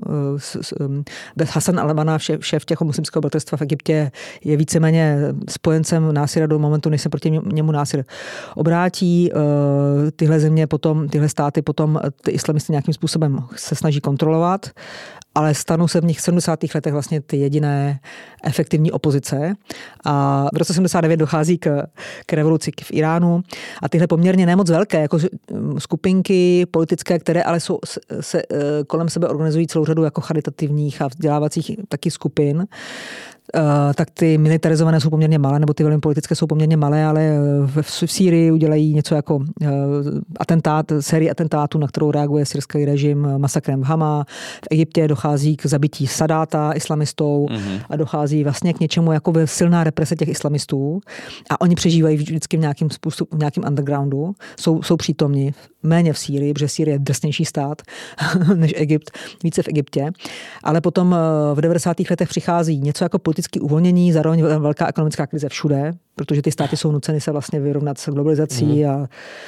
Hasan al-Banna, šéf, šéf těch muslimského bratrstva v Egyptě, je víceméně spojencem Násira do momentu, než se proti němu Násir obrátí. Tyhle země potom, tyhle státy potom ty islamisty nějakým způsobem se snaží kontrolovat, ale stanou se v nich v sedmdesátých letech vlastně ty jediné efektivní opozice. A v roce sedmdesát devět dochází k, k revoluci v Iránu a tyhle poměrně nemoc velké jako skupinky politické, které ale jsou, se, se kolem sebe organizují celou řadu jako charitativních a vzdělávacích taky skupin, Uh, tak ty militarizované jsou poměrně malé, nebo ty velmi politické jsou poměrně malé, ale v, v Sýrii udělají něco jako uh, atentát, sérii atentátů, na kterou reaguje syrský režim masakrem v Hama. V Egyptě dochází k zabití Sadáta islamistou mm-hmm. a dochází vlastně k něčemu jako silná represe těch islamistů a oni přežívají vždycky v nějakým způsobu, v nějakým undergroundu, jsou, jsou přítomni méně v Sýrii, protože Sýrie je drsnější stát než Egypt, více v Egyptě, ale potom v devadesátých letech přichází něco jako politické uvolnění, zároveň velká ekonomická krize všude, protože ty státy jsou nuceny se vlastně vyrovnat s globalizací mm. a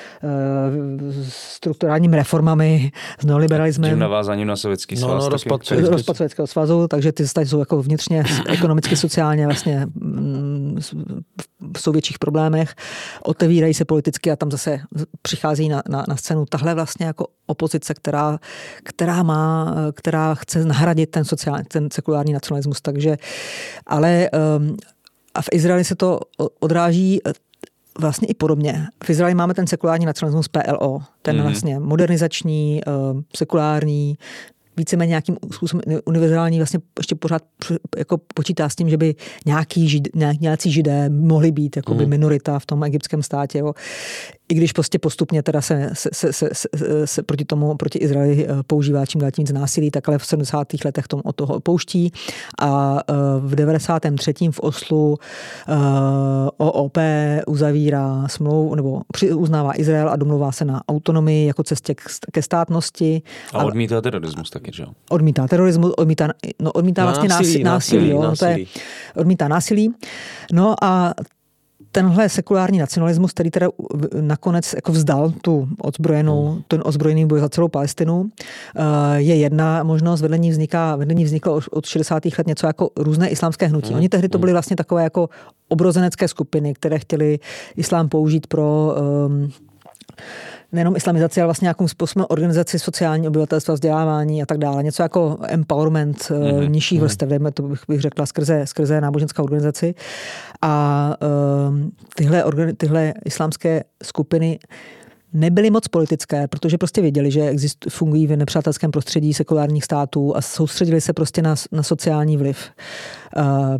e, strukturálními reformami, s neoliberalismem. Tím navázáním na Sovětský svaz. No, no, rozpad, rozpad Sovětského svazu, takže ty státy jsou jako vnitřně, ekonomicky, sociálně vlastně mm, jsou v větších problémech, otevírají se politicky a tam zase přichází na, na, na scénu tahle vlastně jako opozice, která, která má, která chce nahradit ten sociální, ten sekulární nacionalismus, takže ale um, a v Izraeli se to odráží vlastně i podobně. V Izraeli máme ten sekulární nacionalismus P L O, ten mm-hmm. vlastně modernizační, sekulární, víceméně nějakým způsobem univerzální, vlastně ještě pořád jako počítá s tím, že by nějaký žid, nějací židé mohli být jako by minorita v tom egyptském státě. Jo. I když prostě postupně teda se, se, se, se, se, se proti tomu, proti Izraeli používá čím dál tím víc násilí, tak ale v sedmdesátých letech tom od toho opouští a v devadesátém třetím v Oslu O O P uzavírá smlouvu, nebo uznává Izrael a domluvá se na autonomii jako cestě ke státnosti. A odmítá terorismus taky, že jo? Odmítá terorismus, odmítá, no, odmítá vlastně násilí, násilí, násilí, jo, násilí. To je, odmítá násilí. No a tenhle sekulární nacionalismus, který teda nakonec jako vzdal tu odzbrojenou, hmm. ten ozbrojený boj za celou Palestinu, je jedna možnost. Vedle ní vzniká, vedle ní vzniklo od šedesátých let něco jako různé islámské hnutí. Hmm. Oni tehdy to byly vlastně takové jako obrozenecké skupiny, které chtěli islám použít pro um, nejenom islamizaci, ale vlastně nějakým způsobem organizaci sociální obyvatelstva, vzdělávání a tak dále. Něco jako empowerment mm-hmm. nižších vrstev, dejme to bych, bych řekla, skrze, skrze náboženskou organizaci. A uh, tyhle, tyhle islámské skupiny nebyly moc politické, protože prostě věděli, že exist, fungují v nepřátelském prostředí sekulárních států a soustředili se prostě na, na sociální vliv. Uh,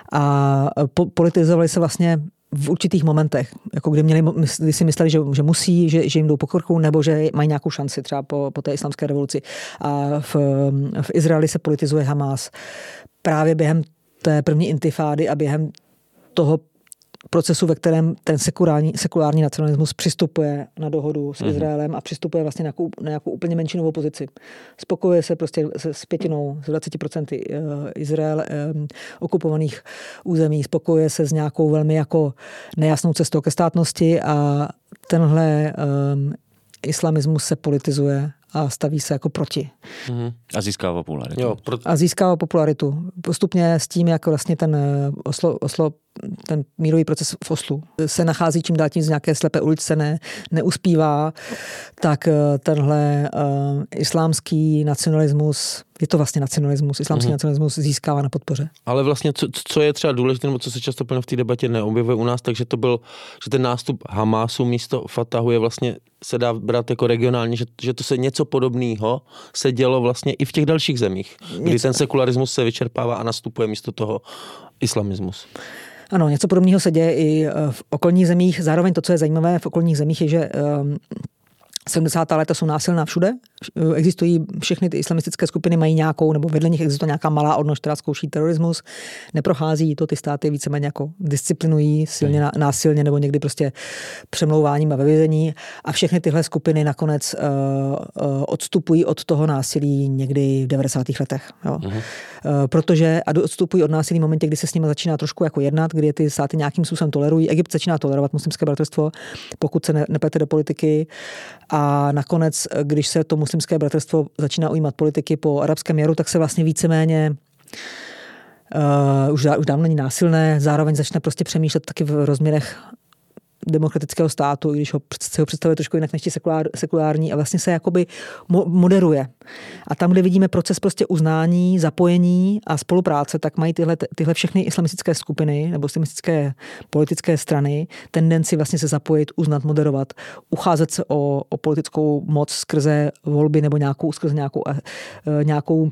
a po, politizovali se vlastně v určitých momentech, jako kdy, měli, kdy si mysleli, že, že musí, že, že jim jdou po krku, nebo že mají nějakou šanci třeba po, po té islámské revoluci. A v, v Izraeli se politizuje Hamás právě během té první intifády a během toho procesu, ve kterém ten sekulární, sekulární nacionalismus přistupuje na dohodu s Izraelem a přistupuje vlastně na nějakou, na nějakou úplně menšinovou pozici. Spokojuje se prostě s pětinou, s dvaceti procenty Izrael um, okupovaných území, spokojuje se s nějakou velmi jako nejasnou cestou ke státnosti a tenhle um, islamismus se politizuje a staví se jako proti. Mm-hmm. A získává popularitu. Jo, pro... A získává popularitu. Postupně s tím, jak vlastně ten Oslo, Oslo ten mírový proces v Oslu se nachází čím dál tím z nějaké slepé uličce, ne, neuspívá, tak tenhle uh, islámský nacionalismus, je to vlastně nacionalismus, islámský mm-hmm. nacionalismus získává na podpoře. Ale vlastně, co, co je třeba důležité, nebo co se často v té debatě neobjevuje u nás, takže to byl, že ten nástup Hamásu místo Fatahu je vlastně, se dá brát jako regionálně, že, že to se něco podobného se dělo vlastně i v těch dalších zemích, kdy něco. Ten sekularismus se vyčerpává a nastupuje místo toho islamismus. Ano, něco podobného se děje i v okolních zemích. Zároveň to, co je zajímavé v okolních zemích, je, že um, sedmdesátá léta jsou násilná všude. Existují všechny ty islamistické skupiny, mají nějakou, nebo vedle nich existuje nějaká malá odnož, která zkouší terorismus. Neprochází to, ty státy víceméně jako disciplinují silně násilně nebo někdy prostě přemlouváním a ve vězení. A všechny tyhle skupiny nakonec uh, uh, odstupují od toho násilí někdy v devadesátých letech. Jo. Uh-huh. Uh, protože a odstupují od násilí v momentě, kdy se s nimi začíná trošku jako jednat, kdy ty státy nějakým způsobem tolerují. Egypt začíná tolerovat muslimské bratrstvo, pokud se ne, neplete do politiky. A nakonec, když se to muslimské bratrstvo začíná ujímat politiky po arabském jaru, tak se vlastně víceméně uh, už, už dávno není násilné, zároveň začne prostě přemýšlet taky v rozměrech demokratického státu, i když ho, se ho představuje trošku jinak než ti sekulár, sekulární a vlastně se jakoby moderuje. A tam, kde vidíme proces prostě uznání, zapojení a spolupráce, tak mají tyhle, tyhle všechny islamistické skupiny nebo islamistické politické strany tendenci vlastně se zapojit, uznat, moderovat, ucházet se o, o politickou moc skrze volby nebo nějakou, skrze nějakou, nějakou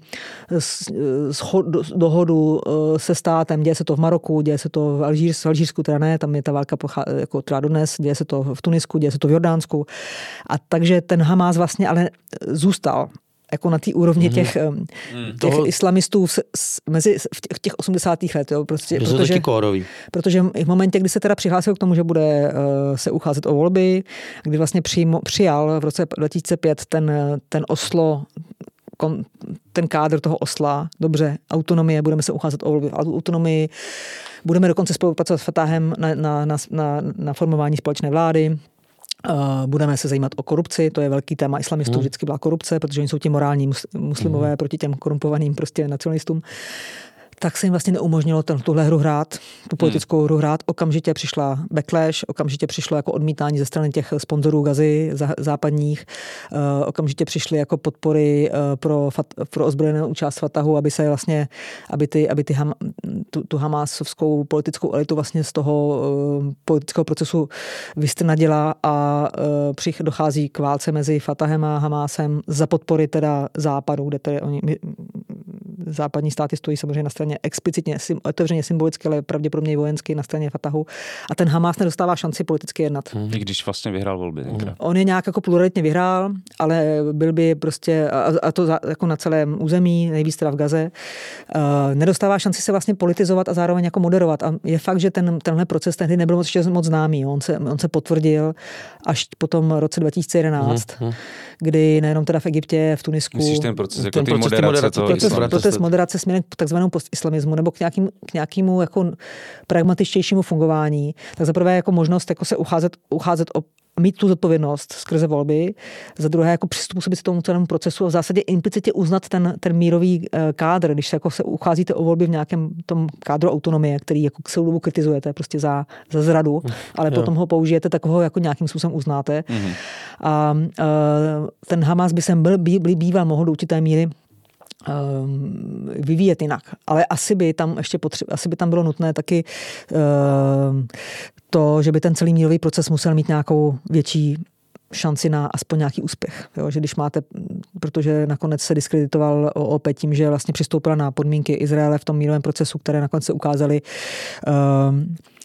schod, dohodu se státem. Děje se to v Maroku, děje se to v Alžírsku, v Alžírsku teda ne, tam je ta válka jako dodnes, děje se to v Tunisku, děje se to v Jordánsku. A takže ten Hamás vlastně ale zůstal jako na té úrovni těch, mm. těch Toho... islamistů v, mezi, v těch osmdesátých let. Jo, prostě, protože, protože v momentě, kdy se teda přihlásil k tomu, že bude uh, se ucházet o volby, kdy vlastně přijmo, přijal v roce dva tisíce pět ten, ten Oslo, kon, ten kádr toho Osla, dobře, autonomie, budeme se ucházet o volby, autonomii, budeme dokonce spolupracovat s Fatahem na, na, na, na, na formování společné vlády. Uh, budeme se zajímat o korupci, to je velký téma islamistů, hmm. vždycky byla korupce, protože oni jsou ti morální muslimové hmm. proti těm korumpovaným prostě nacionalistům. Tak se jim vlastně neumožnilo ten, tuhle hru hrát, tu politickou hmm. hru hrát. Okamžitě přišla backlash, okamžitě přišlo jako odmítání ze strany těch sponzorů Gazy západních, uh, okamžitě přišly jako podpory uh, pro, pro ozbrojenou účast Fatahu, aby se vlastně, aby ty, aby ty ham, tu, tu hamásovskou politickou elitu vlastně z toho uh, politického procesu vystrnadila a uh, přich dochází k válce mezi Fatahem a Hamásem za podpory teda západu, kde tedy oni západní státy stojí samozřejmě na straně explicitně, otevřeně symbolicky, ale pravděpodobně i vojensky na straně Fatahu. A ten Hamás nedostává šanci politicky jednat. Hmm. I když vlastně vyhrál volby. Hmm. On je nějak jako pluralitně vyhrál, ale byl by prostě, a, a to za, jako na celém území, nejvíc teda v Gaze, uh, nedostává šanci se vlastně politizovat a zároveň jako moderovat. A je fakt, že ten, tenhle proces tehdy nebyl moc, ještě moc známý. On se, on se potvrdil až po tom roce dva tisíce jedenáct, hmm. kdy nejenom teda v Egyptě, v Tunisku. Myslíš ten proces, jako ten ty proces moderace, moderace toho proces, proces moderace směrem k takzvanému postislamismu nebo k, nějakým, k nějakému jako pragmatičtějšímu fungování, tak zaprvé jako možnost jako se ucházet, ucházet o mít tu zodpovědnost skrze volby, za druhé jako přizpůsobit se tomu celému procesu a v zásadě implicitně uznat ten, ten mírový kádr, když se, jako se ucházíte o volby v nějakém tom kádru autonomie, který jako celou dobu kritizujete prostě za, za zradu, ale jo. potom ho použijete, tak ho jako nějakým způsobem uznáte. Mm-hmm. A, a ten Hamas by se byl, by, býval mohl do určité míry vyvíjet jinak. Ale asi by tam ještě potře- asi by tam bylo nutné taky uh, to, že by ten celý mírový proces musel mít nějakou větší šanci na aspoň nějaký úspěch. Jo, že když máte, protože nakonec se diskreditoval O O P tím, že vlastně přistoupila na podmínky Izraele v tom mírovém procesu, které nakonec se ukázaly uh,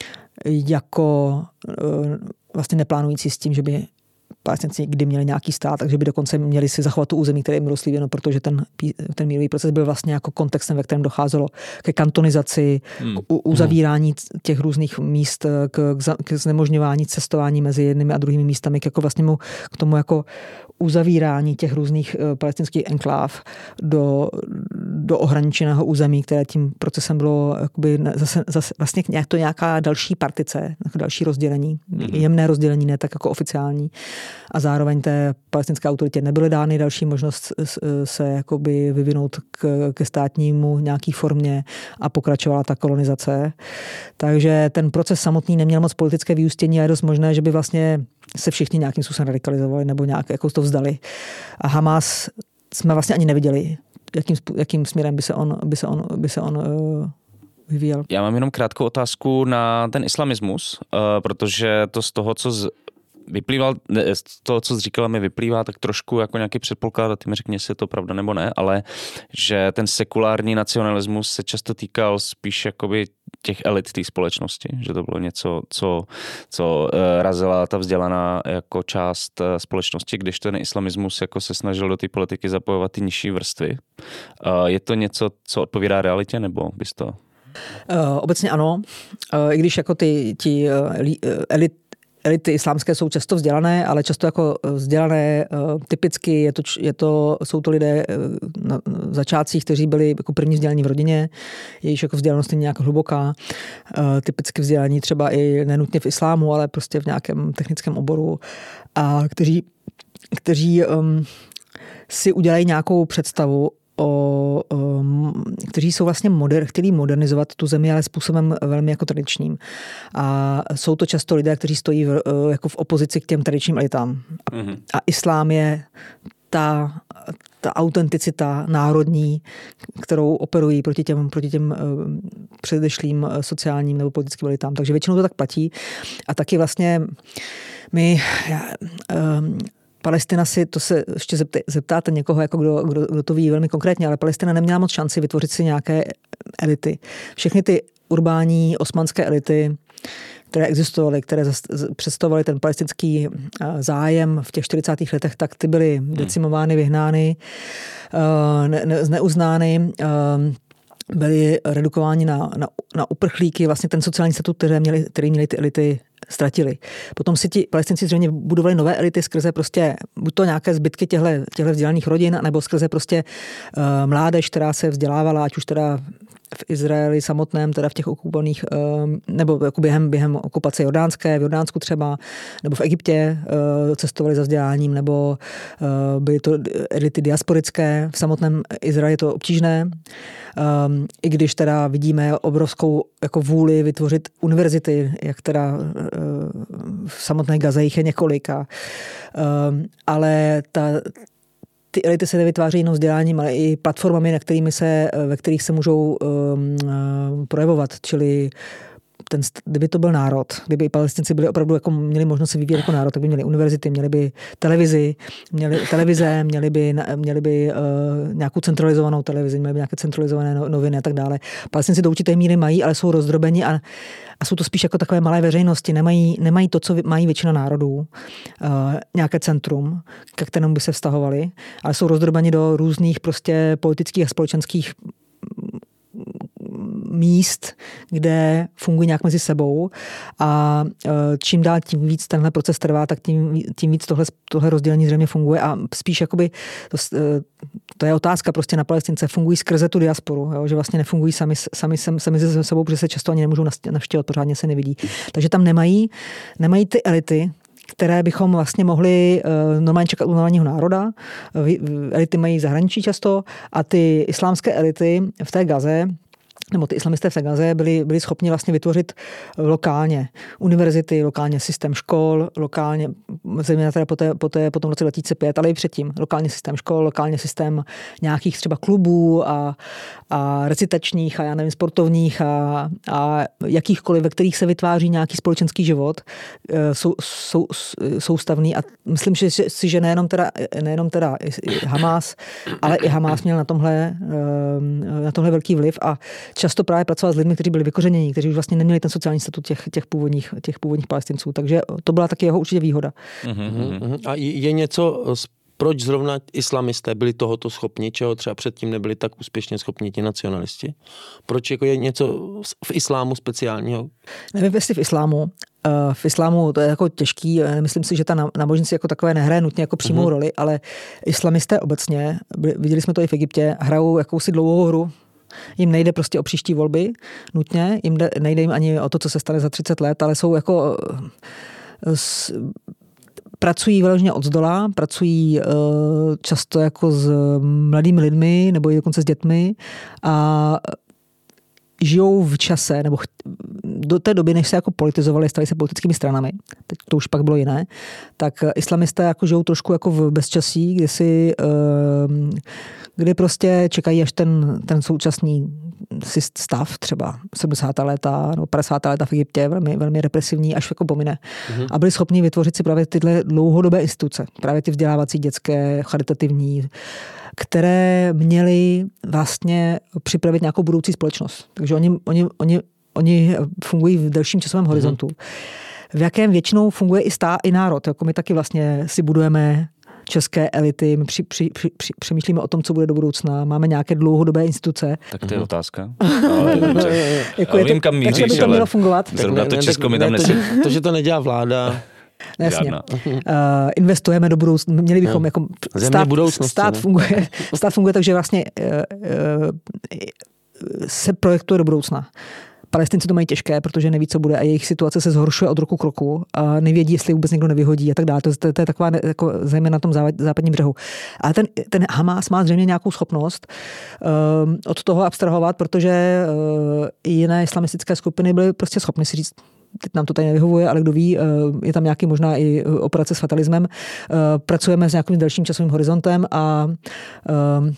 jako uh, vlastně neplánující s tím, že by Palestinci kdy měli nějaký stát, takže by dokonce měli si zachovat tu území, které jim bylo slíbeno, protože ten, ten mírový proces byl vlastně jako kontextem, ve kterém docházelo ke kantonizaci, hmm. k uzavírání těch různých míst, k, k znemožňování cestování mezi jednými a druhými místami, k, jako vlastně mu, k tomu jako uzavírání těch různých palestinských enkláv do, do ohraničeného území, které tím procesem bylo jakoby zase, zase vlastně nějak to nějaká další partice, další rozdělení, hmm. jemné rozdělení, ne tak jako oficiální. A zároveň té palestinské autoritě nebyly dány další možnost se jakoby vyvinout k, ke státnímu nějaký formě a pokračovala ta kolonizace. Takže ten proces samotný neměl moc politické vyústění a je dost možné, že by vlastně se všichni nějakým způsobem radikalizovali nebo nějak jako to vzdali. A Hamas jsme vlastně ani neviděli, jakým, jakým směrem by se on, by se on, by se on uh, vyvíjel. Já mám jenom krátkou otázku na ten islamismus, uh, protože to z toho, co z vyplýval, to, co jsi říkala, mi vyplývá tak trošku jako nějaký předpoklad, a ty mi řekni, jestli je to pravda nebo ne, ale že ten sekulární nacionalismus se často týkal spíš jakoby těch elit té společnosti, že to bylo něco, co, co razila ta vzdělaná jako část společnosti, když ten islamismus jako se snažil do té politiky zapojovat ty nižší vrstvy. Je to něco, co odpovídá realitě, nebo bys to... Obecně ano, i když jako ty, ti elit elity islámské jsou často vzdělané, ale často jako vzdělané typicky je to, je to, jsou to lidé na začátcích, kteří byli jako první vzdělaní v rodině, jejichž jako vzdělanost je nějak hluboká, typicky vzdělaní třeba i nenutně v islámu, ale prostě v nějakém technickém oboru, a kteří, kteří um, si udělají nějakou představu O, um, kteří jsou vlastně moder, chtěli modernizovat tu zemi, ale způsobem velmi jako tradičním. A jsou to často lidé, kteří stojí v, jako v opozici k těm tradičním elitám. A, mm-hmm. a islám je ta, ta autenticita národní, kterou operují proti těm, proti těm uh, předešlým sociálním nebo politickým elitám. Takže většinou to tak platí. A taky vlastně my... Um, Palestina si, to se ještě zeptáte někoho, jako kdo, kdo, kdo to ví velmi konkrétně, ale Palestina neměla moc šanci vytvořit si nějaké elity. Všechny ty urbání osmanské elity, které existovaly, které představovaly ten palestinský zájem v těch čtyřicátých letech, tak ty byly decimovány, vyhnány, ne, ne, neuznány, byly redukováni na, na, na uprchlíky, vlastně ten sociální statut, který měli, který měli ty elity, ztratili. Potom si ti Palestinci zřejmě budovali nové elity skrze prostě buď to nějaké zbytky těchto vzdělaných rodin, nebo skrze prostě uh, mládež, která se vzdělávala, ať už teda v Izraeli samotném, teda v těch okupovaných, uh, nebo jako během, během okupace jordánské, v Jordánsku třeba, nebo v Egyptě uh, cestovali za vzděláním, nebo uh, byly to elity diasporické. V samotném Izraeli je to obtížné. Um, I když teda vidíme obrovskou jako vůli vytvořit univerzity, jak teda uh, v samotné Gaze jich je několik. A, um, ale ta, ty elity se nevytváří jenom vzděláním, ale i platformami, na kterými se, ve kterých se můžou um, projevovat, čili ten, kdyby to byl národ, kdyby Palestinci byli opravdu jako měli možnost se vyvíjet jako národ, tak by měli univerzity, měli by televizi, měli televize, měli by, měli by uh, nějakou centralizovanou televizi, měli by nějaké centralizované noviny a tak dále. Palestinci do určité míry mají, ale jsou rozdrobeni a, a jsou to spíš jako takové malé veřejnosti, nemají, nemají to, co mají většina národů, uh, nějaké centrum, ke kterému by se vztahovali, ale jsou rozdrobeni do různých prostě politických a společenských míst, kde fungují nějak mezi sebou, a čím dál tím víc tenhle proces trvá, tak tím, tím víc tohle, tohle rozdělení zřejmě funguje a spíš jakoby, to, to je otázka prostě na Palestince, fungují skrze tu diasporu, jo? Že vlastně nefungují sami, sami, sami ze sebou, protože se často ani nemůžou navštěvovat, pořádně se nevidí. Takže tam nemají, nemají ty elity, které bychom vlastně mohli normálně čekat u normálního národa. Elity mají v zahraničí často a ty islámské elity v té Gaze, nebo ty islamisté v té Gaze byli, byli schopni vlastně vytvořit lokálně univerzity, lokálně systém škol, lokálně, zejména teda poté, poté, po tom roce dva tisíce pět, ale i předtím, lokálně systém škol, lokálně systém nějakých třeba klubů a, a recitačních a já nevím, sportovních a, a jakýchkoliv, ve kterých se vytváří nějaký společenský život, sou, sou, soustavný a myslím že, si, že nejenom teda, nejenom teda Hamas, ale i Hamas měl na tomhle, na tomhle velký vliv a často právě pracovat s lidmi, kteří byli vykořenění, kteří už vlastně neměli ten sociální statut těch, těch, původních, těch původních Palestinců. Takže to byla taky jeho určitě výhoda. Mm-hmm. A je něco, proč zrovna islamisté byli tohoto schopni, čeho třeba předtím nebyli tak úspěšně schopni ti nacionalisti? Proč jako je něco v islámu speciálního? Nevím, jestli v islámu. V islámu to je jako těžký, myslím si, že ta náboženství jako takové nehraje nutně jako přímou mm-hmm. roli, ale islamisté obecně, viděli jsme to i v Egyptě, hrajou jakousi dlouhou hru. Jim nejde prostě o příští volby nutně, jim nejde jim ani o to, co se stane za třicet let, ale jsou jako s, pracují vyloženě od zdola, pracují často jako s mladými lidmi nebo i dokonce s dětmi a žijou v čase, nebo do té doby, než se jako politizovali, stali se politickými stranami, teď to už pak bylo jiné, tak islamisté jako žijou trošku jako v bezčasí, kdy si, kdy prostě čekají až ten, ten současný stav, třeba sedmdesátá léta nebo padesátá léta v Egyptě, velmi, velmi represivní, až jako pomine. Mm-hmm. A byli schopni vytvořit si právě tyhle dlouhodobé instituce, právě ty vzdělávací, dětské, charitativní, které měly vlastně připravit nějakou budoucí společnost. Takže oni, oni, oni, oni fungují v delším časovém horizontu. V jakém většinou funguje i stát, i národ. Jako my taky vlastně si budujeme české elity, my při, při, při, při, přemýšlíme o tom, co bude do budoucna, máme nějaké dlouhodobé instituce. Tak to je otázka. Ale dobře. Jako ale je to, vím, kam míříš, takže by to mělo fungovat. Zrovna to Česko mi tam nesí. To, to, že to nedělá vláda. Jasně. Uh, investujeme do budoucna. Měli bychom no. jako stát, stát, funguje, stát funguje tak, že vlastně uh, uh, se projektuje do budoucna. Palestinci to mají těžké, protože neví, co bude a jejich situace se zhoršuje od roku k roku a nevědí, jestli vůbec někdo nevyhodí a tak dále. To, to, to je taková jako zejména na tom západním břehu. Ale ten, ten Hamas má zřejmě nějakou schopnost uh, od toho abstrahovat, protože uh, i jiné islamistické skupiny byly prostě schopny si říct, teď nám to tady nevyhovuje, ale kdo ví, je tam nějaký možná i operace s fatalismem. Pracujeme s nějakým dalším časovým horizontem a um,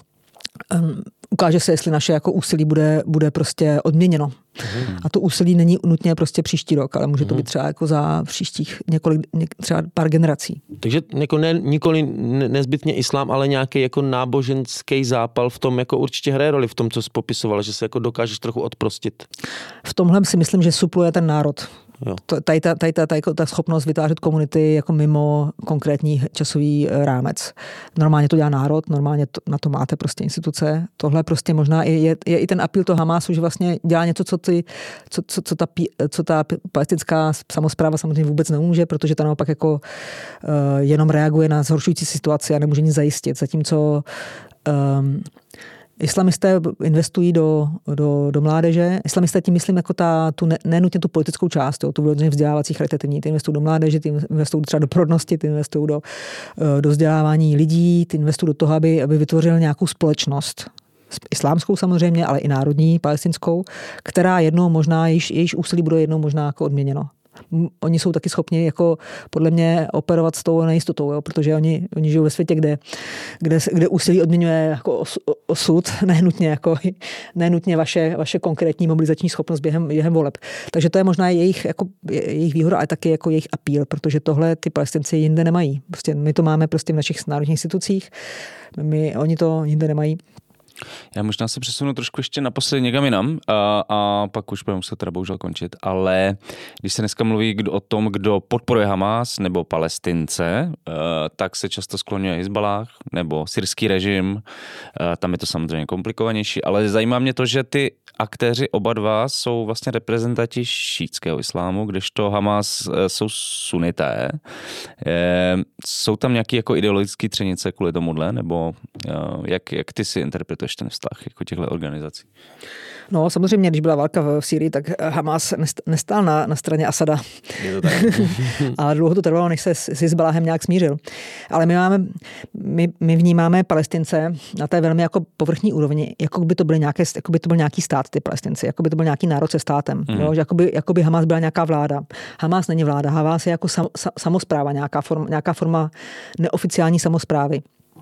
um, ukáže se, jestli naše jako úsilí bude, bude prostě odměněno. Uhum. A to úsilí není nutně prostě příští rok, ale může to být třeba jako za příštích několik, něk, třeba pár generací. Takže jako ne, nikoli nezbytně islám, ale nějaký jako náboženský zápal v tom jako určitě hraje roli v tom, co jsi popisoval, že se jako dokážeš trochu odprostit. V tomhle si myslím, že supluje ten národ. Tady ta, tady ta, tady ta schopnost vytvářet komunity jako mimo konkrétní časový rámec. Normálně to dělá národ, normálně to, na to máte prostě instituce. Tohle prostě možná je, je, je i ten apíl toho Hamásu, že vlastně dělá něco, co, ty, co, co, co, ta, co ta palestinská samospráva samozřejmě vůbec nemůže, protože ta naopak jako uh, jenom reaguje na zhoršující situaci a nemůže nic zajistit. Zatímco um, islamisté investují do, do, do mládeže. Islamisté tím myslím jako ta, tu ne, nenutně tu politickou část, jo, tu vyloženě vzdělávací charitativní. Ty investují do mládeže, ty investují třeba do porodnosti, ty investují do, do vzdělávání lidí, ty investují do toho, aby, aby vytvořil nějakou společnost. Islámskou samozřejmě, ale i národní, palestinskou, která jednou možná, jejíž, jejíž úsilí bude jednou možná jako odměněno. Oni jsou taky schopni jako podle mě operovat s tou nejistotou, jo? Protože oni, oni žijou ve světě, kde, kde, kde úsilí odměňuje jako os, osud, nenutně, jako, nenutně vaše, vaše konkrétní mobilizační schopnost během, během voleb. Takže to je možná jejich, jako, jejich výhoda, ale taky jako jejich apíl, protože tohle ty Palestinci jinde nemají. Prostě my to máme prostě v našich národních institucích, my, oni to jinde nemají. Já možná se přesunu trošku ještě naposledy někam jinam a, a pak už budeme muset teda bohužel končit, ale když se dneska mluví kdo, o tom, kdo podporuje Hamas nebo Palestince, uh, tak se často skloňuje Hizballáh nebo syrský režim, uh, tam je to samozřejmě komplikovanější, ale zajímá mě to, že ty aktéři oba dva jsou vlastně reprezentanti šítského islámu, kdežto Hamas uh, jsou sunité. Uh, jsou tam nějaké jako ideologické třenice kvůli tomuhle, nebo uh, jak, jak ty si interpretuješ interpretuješ ten vztah jako těchto organizací? No samozřejmě, když byla válka v Sýrii, tak Hamas nestál na, na straně Asada. Je to tak. A dlouho to trvalo, než se s Hizbaláhem nějak smířil. Ale my, máme, my, my vnímáme Palestince na té velmi jako povrchní úrovni, jako by to, byly nějaké, jako by to byl nějaký stát, ty Palestinci, jako by to byl nějaký národ se státem. Mm. Jo? Že jako, by, jako by Hamas byla nějaká vláda. Hamas není vláda, Hamas je jako sam, samospráva, nějaká forma, nějaká forma neoficiální samosprávy.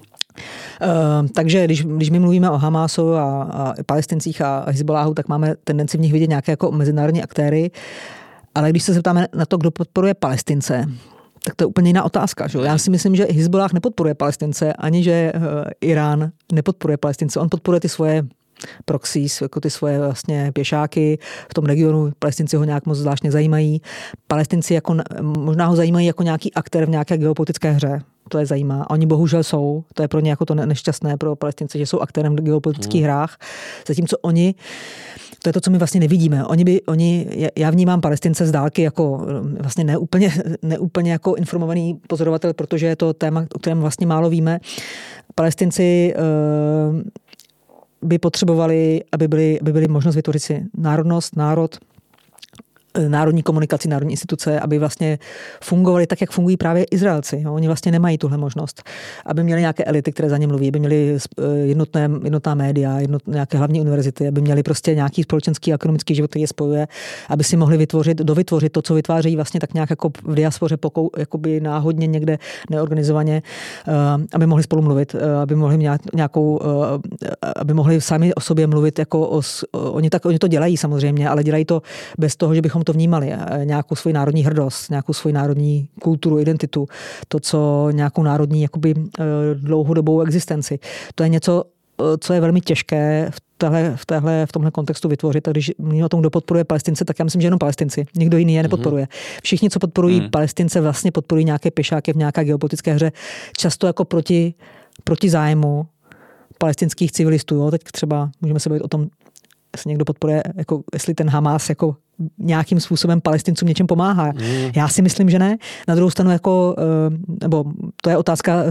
Uh, takže když, když my mluvíme o Hamásu a, a Palestincích a Hizbaláhu, tak máme tendenci v nich vidět nějaké jako mezinárodní aktéry, ale když se zeptáme na to, kdo podporuje Palestince, tak to je úplně jiná otázka. Že? Já si myslím, že Hizbalách nepodporuje Palestince, ani že uh, Irán nepodporuje Palestince. On podporuje ty svoje proxies, jako ty svoje vlastně pěšáky v tom regionu. Palestinci ho nějak moc zvláštně zajímají. Palestinci jako, možná ho zajímají jako nějaký aktér v nějaké geopolitické hře. To je zajímá. A oni bohužel jsou. To je pro ně jako to nešťastné pro Palestince, že jsou aktérem v geopolitických hmm. hrách. Zatímco oni, to je to, co my vlastně nevidíme. Oni by, oni, já vnímám Palestince z dálky jako vlastně neúplně, neúplně jako informovaný pozorovatel, protože je to téma, o kterém vlastně málo víme. Palestinci uh, by potřebovali, aby byly, aby byly možnost vytvořit si národnost, národ, národní komunikaci, národní instituce, aby vlastně fungovaly tak, jak fungují právě Izraelci. Jo? Oni vlastně nemají tuhle možnost. Aby měli nějaké elity, které za ně mluví, aby měli jednotné, jednotná média, jednot, nějaké hlavní univerzity, aby měli prostě nějaký společenský a ekonomický život, který je spojuje, aby si mohli vytvořit, dovytvořit to, co vytvářejí vlastně tak nějak jako v diaspoře, pokou, jakoby náhodně někde neorganizovaně, aby mohli spolu mluvit, aby mohli nějakou, aby mohli sami o sobě mluvit, jako o, oni, tak, oni to dělají samozřejmě, ale dělají to bez toho, že bychom to vnímali, nějakou svoji národní hrdost, nějakou svoji národní kulturu, identitu, to, co nějakou národní jakoby dlouhodobou existenci. To je něco, co je velmi těžké v, téhle, v, téhle, v tomhle kontextu vytvořit. A když mluvím o tom, kdo podporuje Palestince, tak já myslím, že jenom Palestinci. Nikdo jiný je nepodporuje. Všichni, co podporují mm. Palestince, vlastně podporují nějaké pěšáky v nějaké geopolitické hře, často jako proti, proti zájmu palestinských civilistů. Jo? Teď třeba můžeme se bavit o tom, jestli někdo podporuje, jako, jestli ten Hamas jako nějakým způsobem Palestincům něčem pomáhá. Mm. Já si myslím, že ne. Na druhou stranu jako, nebo to je otázka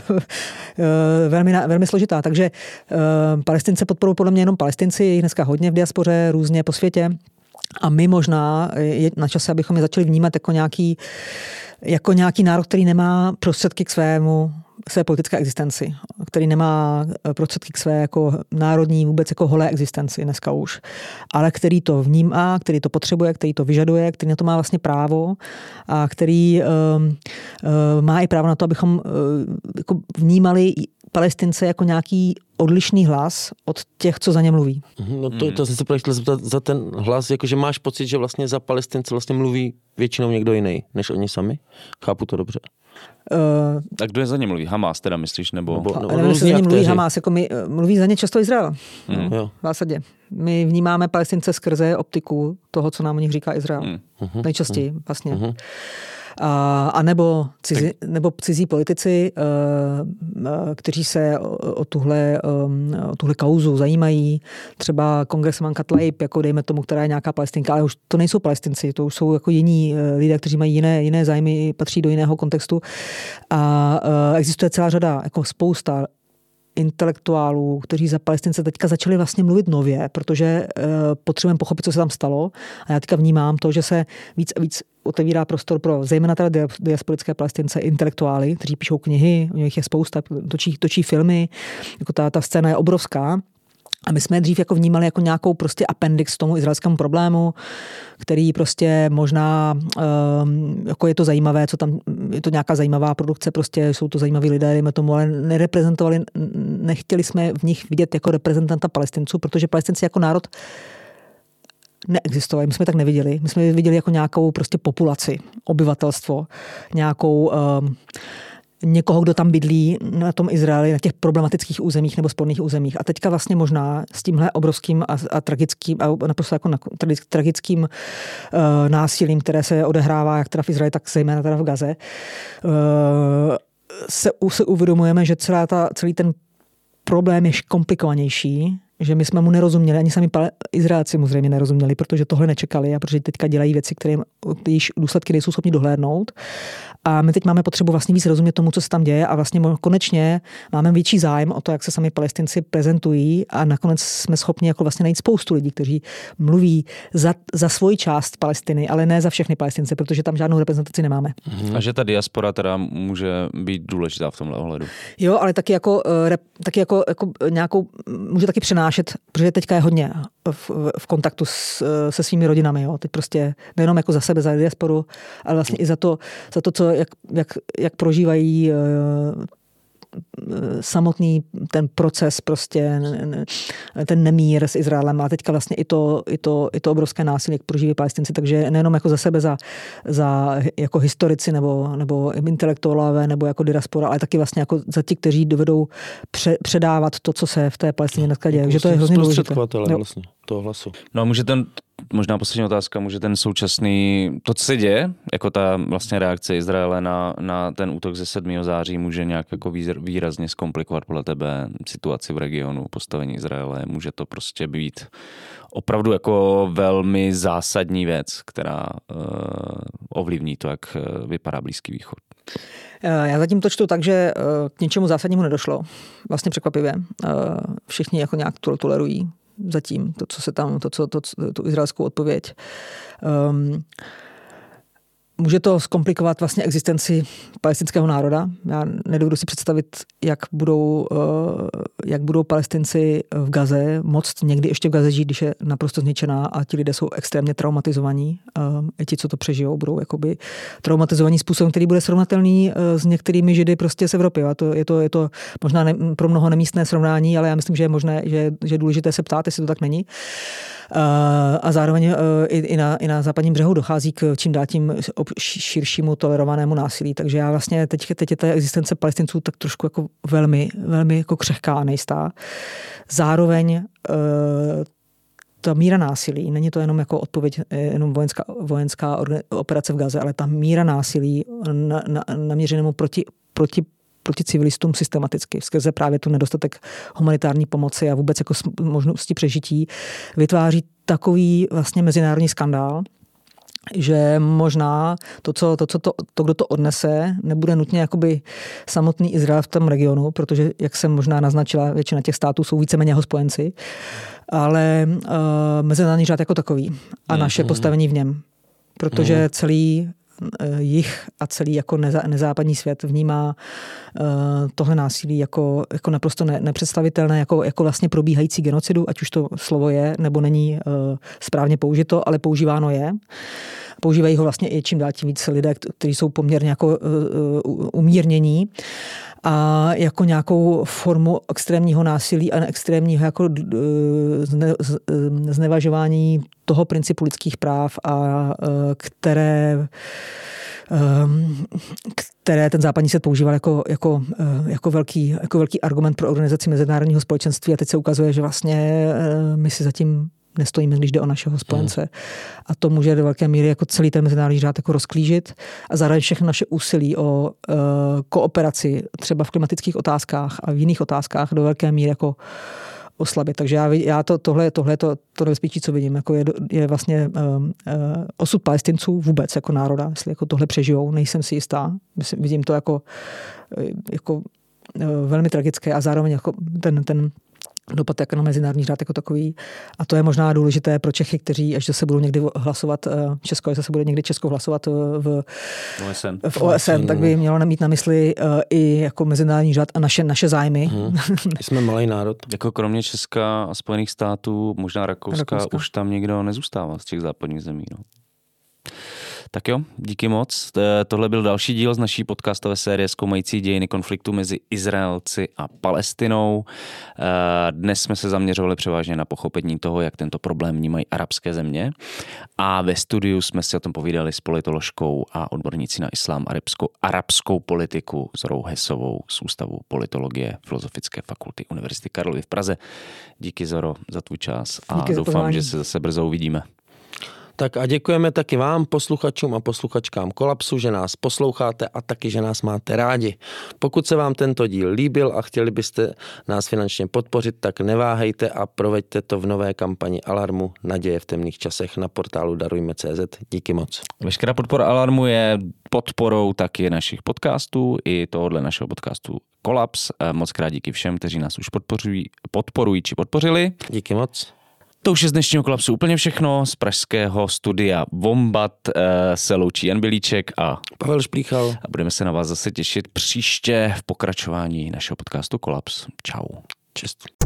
velmi, velmi složitá. Takže Palestince podporují podle mě jenom Palestinci, je dneska hodně v diaspoře, různě po světě. A my možná je na čase, abychom je začali vnímat jako nějaký, jako nějaký národ, který nemá prostředky k svému své politické existenci, který nemá prostředky k své jako národní, vůbec jako holé existenci dneska už, ale který to vnímá, který to potřebuje, který to vyžaduje, který na to má vlastně právo a který um, um, má i právo na to, abychom uh, jako vnímali Palestince jako nějaký odlišný hlas od těch, co za ně mluví. No to, to jsem se chtěl zeptat za ten hlas, jakože máš pocit, že vlastně za Palestince vlastně mluví většinou někdo jiný, než oni sami? Chápu to dobře. Uh, tak kdo je za ně mluví? Hamas teda myslíš? Nebo, nebo, nebo nevím, jestli za ně mluví Hamas. Jako my, mluví za ně často Izrael. Mm. V zásadě. My vnímáme Palestince skrze optiku toho, co nám o nich říká Izrael. Mm. Nejčastěji vlastně. Mm. A, a nebo, cizí, nebo cizí politici, kteří se o tuhle, o tuhle kauzu zajímají. Třeba kongresmanka Tlaib, jako dejme tomu, která je nějaká Palestinka, ale už to nejsou Palestinci, to už jsou jako jiní lidé, kteří mají jiné, jiné zájmy, patří do jiného kontextu. A existuje celá řada, jako spousta intelektuálů, kteří za Palestince teďka začali vlastně mluvit nově, protože uh, potřebujeme pochopit, co se tam stalo. A já teďka vnímám to, že se víc a víc otevírá prostor pro zejména teda diasporické Palestince, intelektuály, kteří píšou knihy, u nich je spousta, točí, točí filmy, jako ta, ta scéna je obrovská. A my jsme je dřív jako vnímali jako nějakou prostě appendix tomu izraelskému problému, který prostě možná, um, jako je to zajímavé, co tam, je to nějaká zajímavá produkce, prostě jsou to zajímaví lidé, dejme tomu, ale nereprezentovali, nechtěli jsme v nich vidět jako reprezentanta Palestinců, protože Palestinci jako národ neexistovali, my jsme tak neviděli. My jsme je viděli jako nějakou prostě populaci, obyvatelstvo, nějakou um, někoho, kdo tam bydlí na tom Izraeli, na těch problematických územích nebo sporných územích. A teďka vlastně možná s tímhle obrovským a, a tragickým a naprosto jako na, tragickým uh, násilím, které se odehrává jak teda v Izraeli, tak zejména teda v Gaze, uh, se, se uvědomujeme, že celá ta, celý ten problém je komplikovanější, že my jsme mu nerozuměli, ani sami Izraelci mu zřejmě nerozuměli, protože tohle nečekali a protože teďka dělají věci, které jejíž důsledky nejsou schopni dohlédnout. A my teď máme potřebu vlastně víc rozumět tomu, co se tam děje a vlastně konečně máme větší zájem o to, jak se sami Palestinci prezentují a nakonec jsme schopni jako vlastně najít spoustu lidí, kteří mluví za, za svoji část Palestiny, ale ne za všechny Palestince, protože tam žádnou reprezentaci nemáme. A že ta diaspora teda může být důležitá v tomhle ohledu. Jo, ale taky jako, taky jako, jako nějakou, může taky přenášet, protože teďka je hodně v, v kontaktu s, se svými rodinami. Jo. Teď prostě nejenom jako za sebe, za diasporu, ale vlastně i za to, za to co, jak, jak, jak prožívají samotný ten proces, prostě ten nemír s Izraelem a teďka vlastně i to, i to, i to obrovské násilí, jak prožívají Palestinci. Takže nejenom jako za sebe, za, za jako historici nebo, nebo intelektuálové nebo jako diaspora, ale taky vlastně jako za ti, kteří dovedou pře, předávat to, co se v té Palestině dneska děje. Takže to je hrozně důležité. Vlastně toho hlasu. No a může ten, možná poslední otázka, může ten současný, to, co se děje, jako ta vlastně reakce Izraele na, na ten útok ze sedmého září, může nějak jako výrazně zkomplikovat podle tebe situaci v regionu, postavení Izraele, může to prostě být opravdu jako velmi zásadní věc, která uh, ovlivní to, jak vypadá Blízký východ. Já zatím to čtu tak, že k ničemu zásadnímu nedošlo. Vlastně překvapivě. Všichni jako nějak tolerují zatím to, co se tam, to, co, to, tu izraelskou odpověď. Um, Může to zkomplikovat vlastně existenci palestinského národa. Já nedovedu si představit, jak budou, jak budou Palestinci v Gaze moct někdy ještě v Gaze žít, když je naprosto zničená a ti lidé jsou extrémně traumatizovaní. I ti, co to přežijou, budou jakoby traumatizovaní způsobem, který bude srovnatelný s některými Židy prostě z Evropy. A to, je, to, je to možná ne, pro mnoho nemístné srovnání, ale já myslím, že je možné, že, že je důležité se ptát, jestli to tak není. A zároveň i, i, na, i na západním břehu dochází k čím dál tím širšímu tolerovanému násilí. Takže já vlastně teď, teď je ta existence Palestinců tak trošku jako velmi, velmi jako křehká a nejistá. Zároveň ta míra násilí, není to jenom jako odpověď, jenom vojenská, vojenská operace v Gaze, ale ta míra násilí na, na, naměřenému proti, proti proti civilistům systematicky, skrze právě tu nedostatek humanitární pomoci a vůbec jako možnosti přežití, vytváří takový vlastně mezinárodní skandál, že možná to, co, to, co to, to, kdo to odnese, nebude nutně jakoby samotný Izrael v tom regionu, protože, jak jsem možná naznačila, většina těch států jsou víceméně jeho spojenci, ale uh, mezinárodní řád jako takový a naše postavení v něm. Protože celý jich a celý jako neza, nezápadní svět vnímá uh, tohle násilí jako, jako naprosto ne, nepředstavitelné, jako, jako vlastně probíhající genocidu, ať už to slovo je, nebo není uh, správně použito, ale používáno je. Používají ho vlastně i čím dál tím víc lidé, kteří jsou poměrně jako uh, umírnění a jako nějakou formu extrémního násilí a extrémního jako uh, zne, znevažování toho principu lidských práv, a uh, které um, které ten západní svět používal jako, jako, uh, jako, velký, jako velký argument pro organizaci mezinárodního společenství a teď se ukazuje, že vlastně uh, my si zatím nestojíme, když jde o našeho spojence. Hmm. A to může do velké míry jako celý ten mezinárodní řád jako rozklížit a zároveň všechno naše úsilí o uh, kooperaci třeba v klimatických otázkách a v jiných otázkách do velké míry jako oslabit. Takže já, já to, tohle, tohle to, to nebezpečí, co vidím, jako je, je vlastně uh, uh, osud Palestinců vůbec jako národa, jestli jako tohle přežijou, nejsem si jistá. Myslím, vidím to jako, jako uh, velmi tragické a zároveň jako ten, ten dopad jako na mezinárodní řád jako takový. A to je možná důležité pro Čechy, kteří až se budou někdy hlasovat, Česko, až se bude někdy Česko hlasovat v O S N, v O S N, tak by mělo mít na mysli i jako mezinárodní řád a naše, naše zájmy. Hmm. Jsme malý národ. Jako kromě Česka a Spojených států, možná Rakouska, Rakouska. Už tam někdo nezůstává z těch západních zemí. No. Tak jo, díky moc. Tohle byl další díl z naší podcastové série zkoumající dějiny konfliktu mezi Izraelci a Palestinou. Dnes jsme se zaměřovali převážně na pochopení toho, jak tento problém vnímají arabské země. A ve studiu jsme si o tom povídali s politoložkou a odbornící na islám a arabskou, arabskou politiku Zorou Hesovou z Ústavu politologie Filozofické fakulty Univerzity Karlovy v Praze. Díky, Zoro, za tvůj čas a díky, doufám, že se zase brzo uvidíme. Tak a děkujeme taky vám, posluchačům a posluchačkám Kolapsu, že nás posloucháte a taky, že nás máte rádi. Pokud se vám tento díl líbil a chtěli byste nás finančně podpořit, tak neváhejte a proveďte to v nové kampani Alarmu Naděje v temných časech na portálu darujme tečka cé zet. Díky moc. Veškerá podpora Alarmu je podporou taky našich podcastů i tohohle našeho podcastu Kolaps. Moc krát díky všem, kteří nás už podporují, podporují či podpořili. Díky moc. To už je z dnešního Kolapsu úplně všechno. Z pražského studia Vombat se loučí Jan Bělíček a Pavel Šplíchal. A budeme se na vás zase těšit příště v pokračování našeho podcastu Kolaps. Čau. Čest.